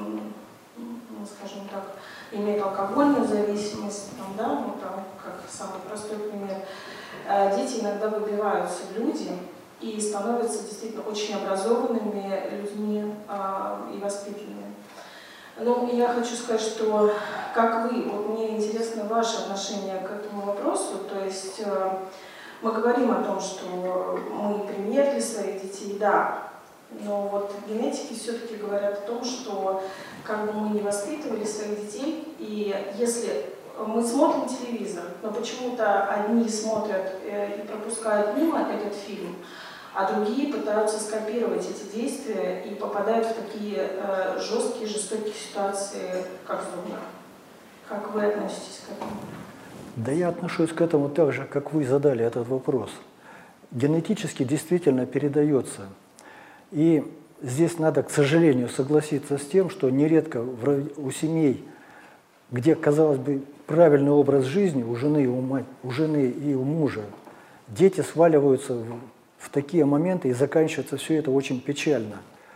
ну, скажем так, имеют алкогольную зависимость, там, да, ну, там, как самый простой пример, дети иногда выбиваются в люди и становятся действительно очень образованными людьми а, и воспитанными. Ну, я хочу сказать, что как вы, вот мне интересно ваше отношение к этому вопросу, то есть мы говорим о том, что мы пример для своих детей, да, но вот генетики все-таки говорят о том, что как бы мы не воспитывали своих детей, и если мы смотрим телевизор, но почему-то одни смотрят и пропускают мимо этот фильм, а другие пытаются скопировать эти действия и попадают в такие жесткие, жестокие ситуации, как в «Зубах». Как вы относитесь к этому? Да я отношусь к этому так же, как вы задали этот вопрос. Генетически действительно передается. И здесь надо, к сожалению, согласиться с тем, что нередко у семей, где, казалось бы, правильный образ жизни у жены и у, мать, у, жены и у мужа, дети сваливаются в, в такие моменты, и заканчивается все это очень печально.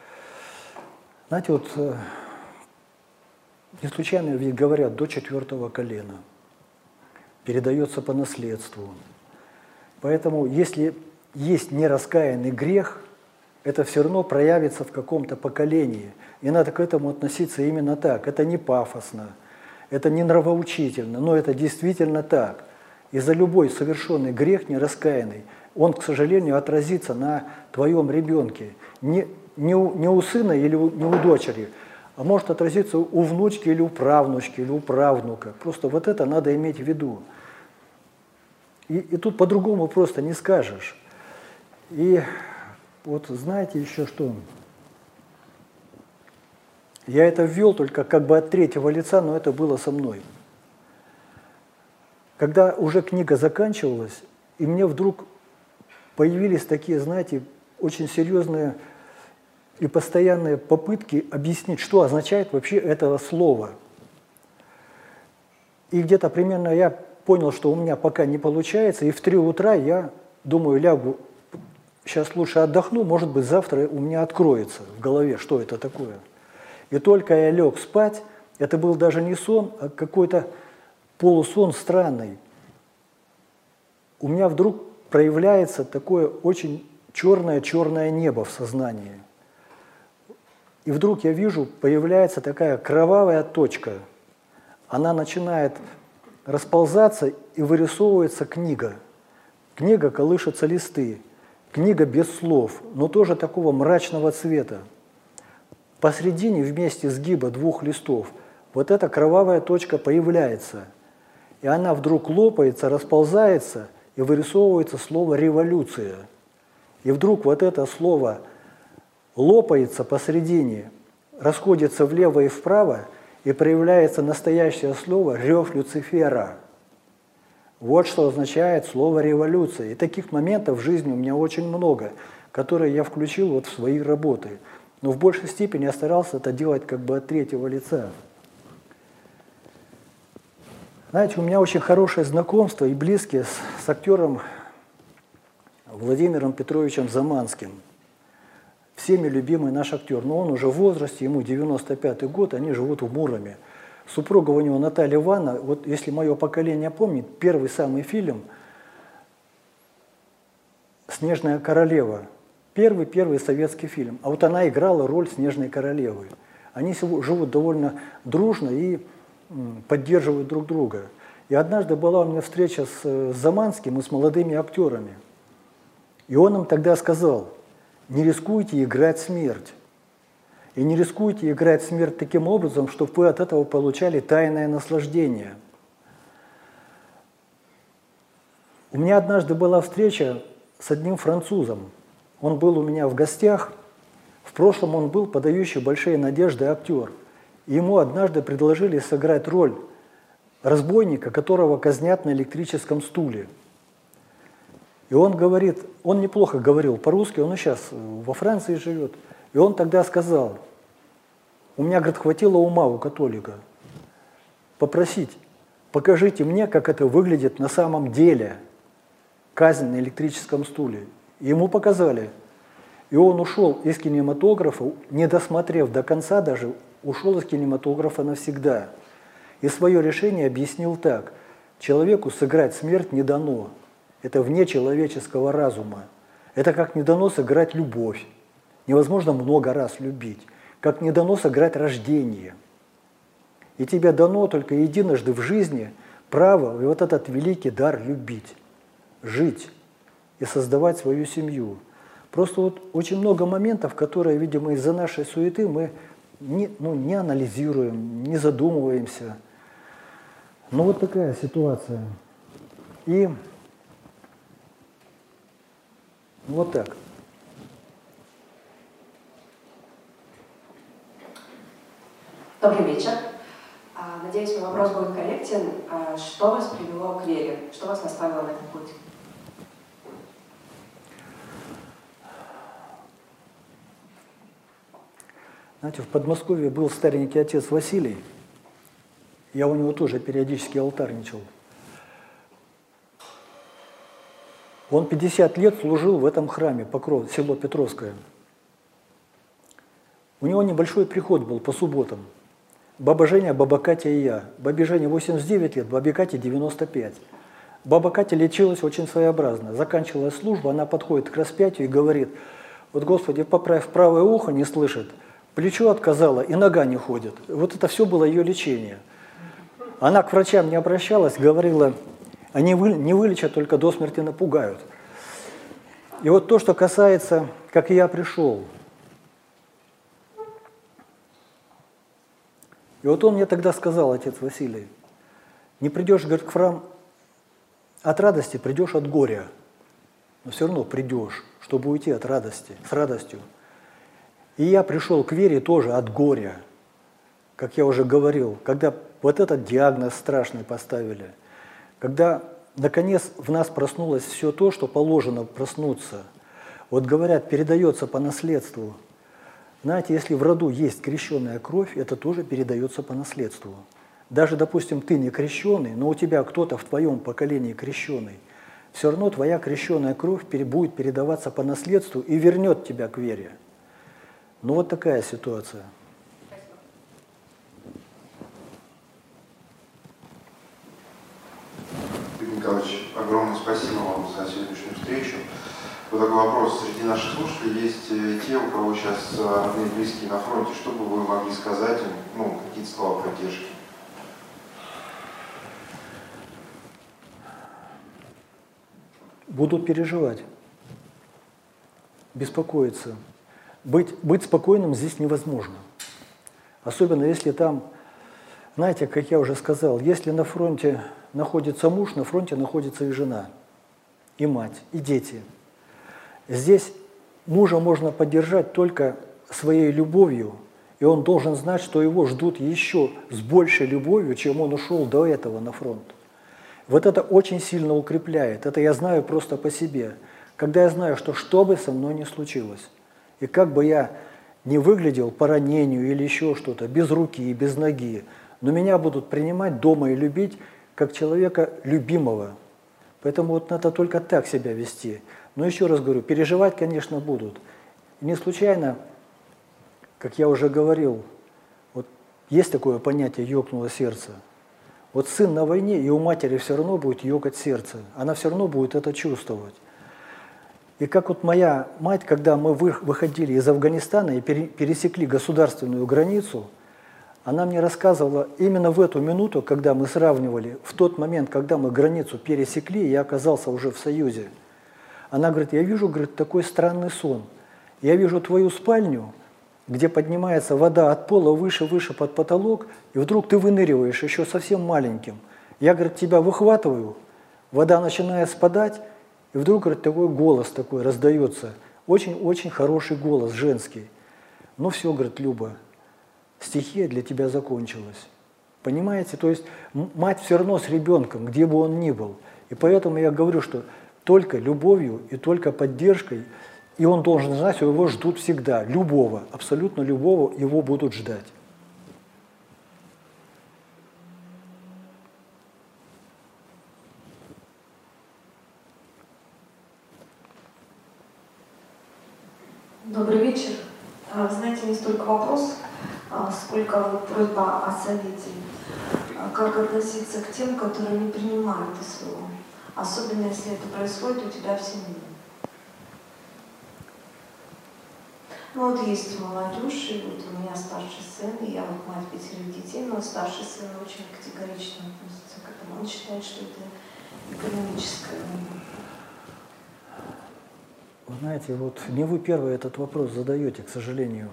Знаете, вот не случайно ведь говорят до четвертого колена. Передается по наследству. Поэтому, если есть нераскаянный грех, это все равно проявится в каком-то поколении. И надо к этому относиться именно так. Это не пафосно, это не нравоучительно, но это действительно так. И за любой совершенный грех нераскаянный, он, к сожалению, отразится на твоем ребенке. Не, не, у, не у сына или у, не у дочери, а может отразиться у внучки или у правнучки, или у правнука. Просто вот это надо иметь в виду. И, и тут по-другому просто не скажешь. И вот знаете еще что? Я это ввел только как бы от третьего лица, но это было со мной. Когда уже книга заканчивалась, и мне вдруг появились такие, знаете, очень серьезные и постоянные попытки объяснить, что означает вообще это слово. И где-то примерно я понял, что у меня пока не получается, и в три утра я думаю, лягу, сейчас лучше отдохну, может быть, завтра у меня откроется в голове, что это такое. И только я лег спать, это был даже не сон, а какой-то полусон странный. У меня вдруг проявляется такое очень черное-черное небо в сознании. И вдруг я вижу, появляется такая кровавая точка. Она начинает расползаться, и вырисовывается книга. Книга колышется листы. Книга без слов, но тоже такого мрачного цвета. Посредине вместе сгиба двух листов вот эта кровавая точка появляется. И она вдруг лопается, расползается, и вырисовывается слово «революция». И вдруг вот это слово лопается посредине, расходится влево и вправо, и проявляется настоящее слово «рев Люцифера». Вот что означает слово «революция». И таких моментов в жизни у меня очень много, которые я включил вот в свои работы. Но в большей степени я старался это делать как бы от третьего лица. Знаете, у меня очень хорошее знакомство и близкие с, с актером Владимиром Петровичем Заманским. Всеми любимый наш актер. Но он уже в возрасте, ему девяносто пятый год, они живут в Муроме. Супруга у него Наталья Ивановна, вот если мое поколение помнит, первый самый фильм «Снежная королева». Первый-первый советский фильм. А вот она играла роль Снежной королевы. Они живут довольно дружно и поддерживают друг друга. И однажды была у меня встреча с Заманским и с молодыми актерами. И он им тогда сказал: не рискуйте играть смерть. И не рискуйте играть смерть таким образом, чтобы вы от этого получали тайное наслаждение. У меня однажды была встреча с одним французом. Он был у меня в гостях. В прошлом он был подающий большие надежды актер. И ему однажды предложили сыграть роль разбойника, которого казнят на электрическом стуле. И он говорит, он неплохо говорил по-русски, он и сейчас во Франции живет. И он тогда сказал: у меня, говорит, хватило ума у католика попросить, покажите мне, как это выглядит на самом деле, казнь на электрическом стуле. И ему показали. И он ушел из кинематографа, не досмотрев до конца даже, ушел из кинематографа навсегда. И свое решение объяснил так: человеку сыграть смерть не дано. Это вне человеческого разума. Это как не дано сыграть любовь. Невозможно много раз любить. Как не дано сыграть рождение. И тебе дано только единожды в жизни право и вот этот великий дар любить, жить и создавать свою семью. Просто вот очень много моментов, которые, видимо, из-за нашей суеты мы не, ну, не анализируем, не задумываемся. Ну вот такая ситуация. И вот так. Добрый вечер. Надеюсь, мой вопрос будет корректен. Что вас привело к вере? Что вас наставило на этот путь? Знаете, в Подмосковье был старенький отец Василий. Я у него тоже периодически алтарничал. Он пятьдесят лет служил в этом храме, Покров, село Петровское. У него небольшой приход был по субботам. Баба Женя, баба Катя и я. Бабе Жене восемьдесят девять лет, бабе Кате девяносто пять. Баба Катя лечилась очень своеобразно. Заканчивалась служба, она подходит к распятию и говорит: вот, Господи, поправь, правое ухо не слышит, плечо отказало и нога не ходит. Вот это все было ее лечение. Она к врачам не обращалась, говорила: они не вылечат, только до смерти напугают. И вот то, что касается, как я пришел. И вот он мне тогда сказал, отец Василий: не придешь, говорит, к храм от радости, придешь от горя. Но все равно придешь, чтобы уйти от радости, с радостью. И я пришел к вере тоже от горя. Как я уже говорил, когда вот этот диагноз страшный поставили, когда наконец в нас проснулось все то, что положено проснуться. Вот говорят, передается по наследству. Знаете, если в роду есть крещенная кровь, это тоже передается по наследству. Даже, допустим, ты не крещеный, но у тебя кто-то в твоем поколении крещеный, все равно твоя крещенная кровь будет передаваться по наследству и вернет тебя к вере. Ну вот такая ситуация. Игорь Николаевич, огромное спасибо вам за сегодняшнюю встречу. Вот такой вопрос. Среди наших слушателей есть те, у кого сейчас родные и близкие на фронте. Что бы вы могли сказать им, ну, какие-то слова поддержки? Будут переживать, беспокоиться. Быть, быть спокойным здесь невозможно. Особенно если там, знаете, как я уже сказал, если на фронте находится муж, на фронте находится и жена, и мать, и дети. Здесь мужа можно поддержать только своей любовью, и он должен знать, что его ждут еще с большей любовью, чем он ушел до этого на фронт. Вот это очень сильно укрепляет. Это я знаю просто по себе. Когда я знаю, что что бы со мной ни случилось, и как бы я не выглядел по ранению или еще что-то, без руки и без ноги, но меня будут принимать дома и любить как человека любимого. Поэтому вот надо только так себя вести. Но еще раз говорю, переживать, конечно, будут. И не случайно, как я уже говорил, вот есть такое понятие «ёкнуло сердце». Вот сын на войне, и у матери все равно будет ёкать сердце. Она все равно будет это чувствовать. И как вот моя мать, когда мы выходили из Афганистана и пересекли государственную границу, она мне рассказывала именно в эту минуту, когда мы сравнивали, в тот момент, когда мы границу пересекли, я оказался уже в Союзе. Она говорит, я вижу, говорит, такой странный сон. Я вижу твою спальню, где поднимается вода от пола выше, выше под потолок, и вдруг ты выныриваешь еще совсем маленьким. Я, говорит, тебя выхватываю, вода начинает спадать, и вдруг, говорит, такой голос такой раздается. Очень-очень хороший голос, женский. Ну все, говорит, Люба, стихия для тебя закончилась. Понимаете? То есть мать все равно с ребенком, где бы он ни был. И поэтому я говорю, что только любовью и только поддержкой, и он должен знать, что его ждут всегда. Любого, абсолютно любого его будут ждать. Добрый вечер. А, знаете, не столько вопрос, а, сколько вот просьба о совете. А, как относиться к тем, которые не принимают ислам, особенно если это происходит у тебя в семье. Ну вот есть молодежь, и вот у меня старший сын, и я вот мать пятерых детей, но старший сын очень категорично относится к этому. Он считает, что это экономическая война. Вы знаете, вот не вы первый этот вопрос задаете, к сожалению.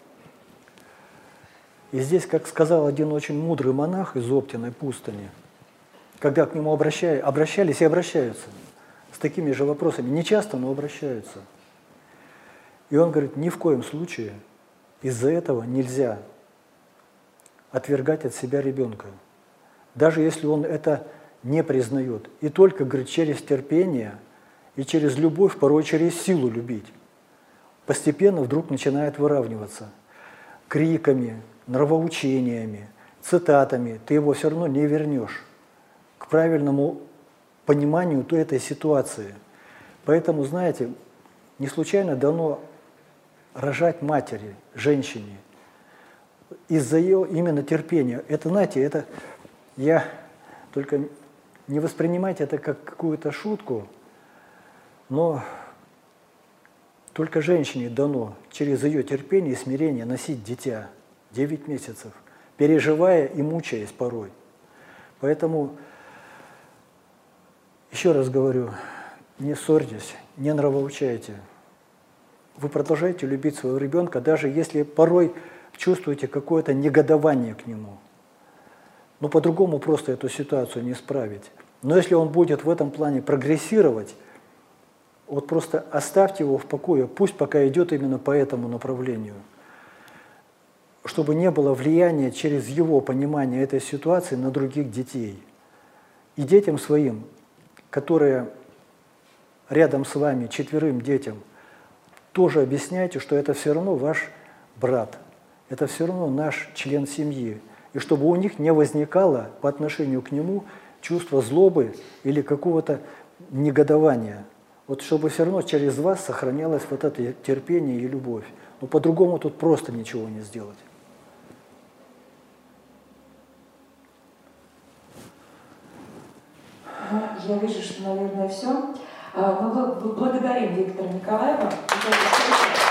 И здесь, как сказал один очень мудрый монах из Оптиной пустыни, когда к нему обращали, обращались и обращаются с такими же вопросами, не часто, но обращаются. И он говорит, ни в коем случае из-за этого нельзя отвергать от себя ребенка, даже если он это не признает. И только, говорит, через терпение и через любовь, порой через силу любить, постепенно вдруг начинает выравниваться. Криками, нравоучениями, цитатами ты его все равно не вернешь к правильному пониманию этой ситуации. Поэтому, знаете, не случайно дано рожать матери, женщине, из-за ее именно терпения. Это, знаете, это я только не воспринимайте это как какую-то шутку, но только женщине дано через ее терпение и смирение носить дитя девять месяцев, переживая и мучаясь порой. Поэтому, еще раз говорю, не ссорьтесь, не нравоучайте. Вы продолжаете любить своего ребенка, даже если порой чувствуете какое-то негодование к нему. Но по-другому просто эту ситуацию не исправить. Но если он будет в этом плане прогрессировать, вот просто оставьте его в покое, пусть пока идет именно по этому направлению, чтобы не было влияния через его понимание этой ситуации на других детей. И детям своим, которые рядом с вами, четверым детям, тоже объясняйте, что это все равно ваш брат, это все равно наш член семьи. И чтобы у них не возникало по отношению к нему чувство злобы или какого-то негодования. Вот чтобы все равно через вас сохранялось вот это терпение и любовь. Но по-другому тут просто ничего не сделать. Ну, я вижу, что, наверное, все. Мы благодарим Виктора Николаева.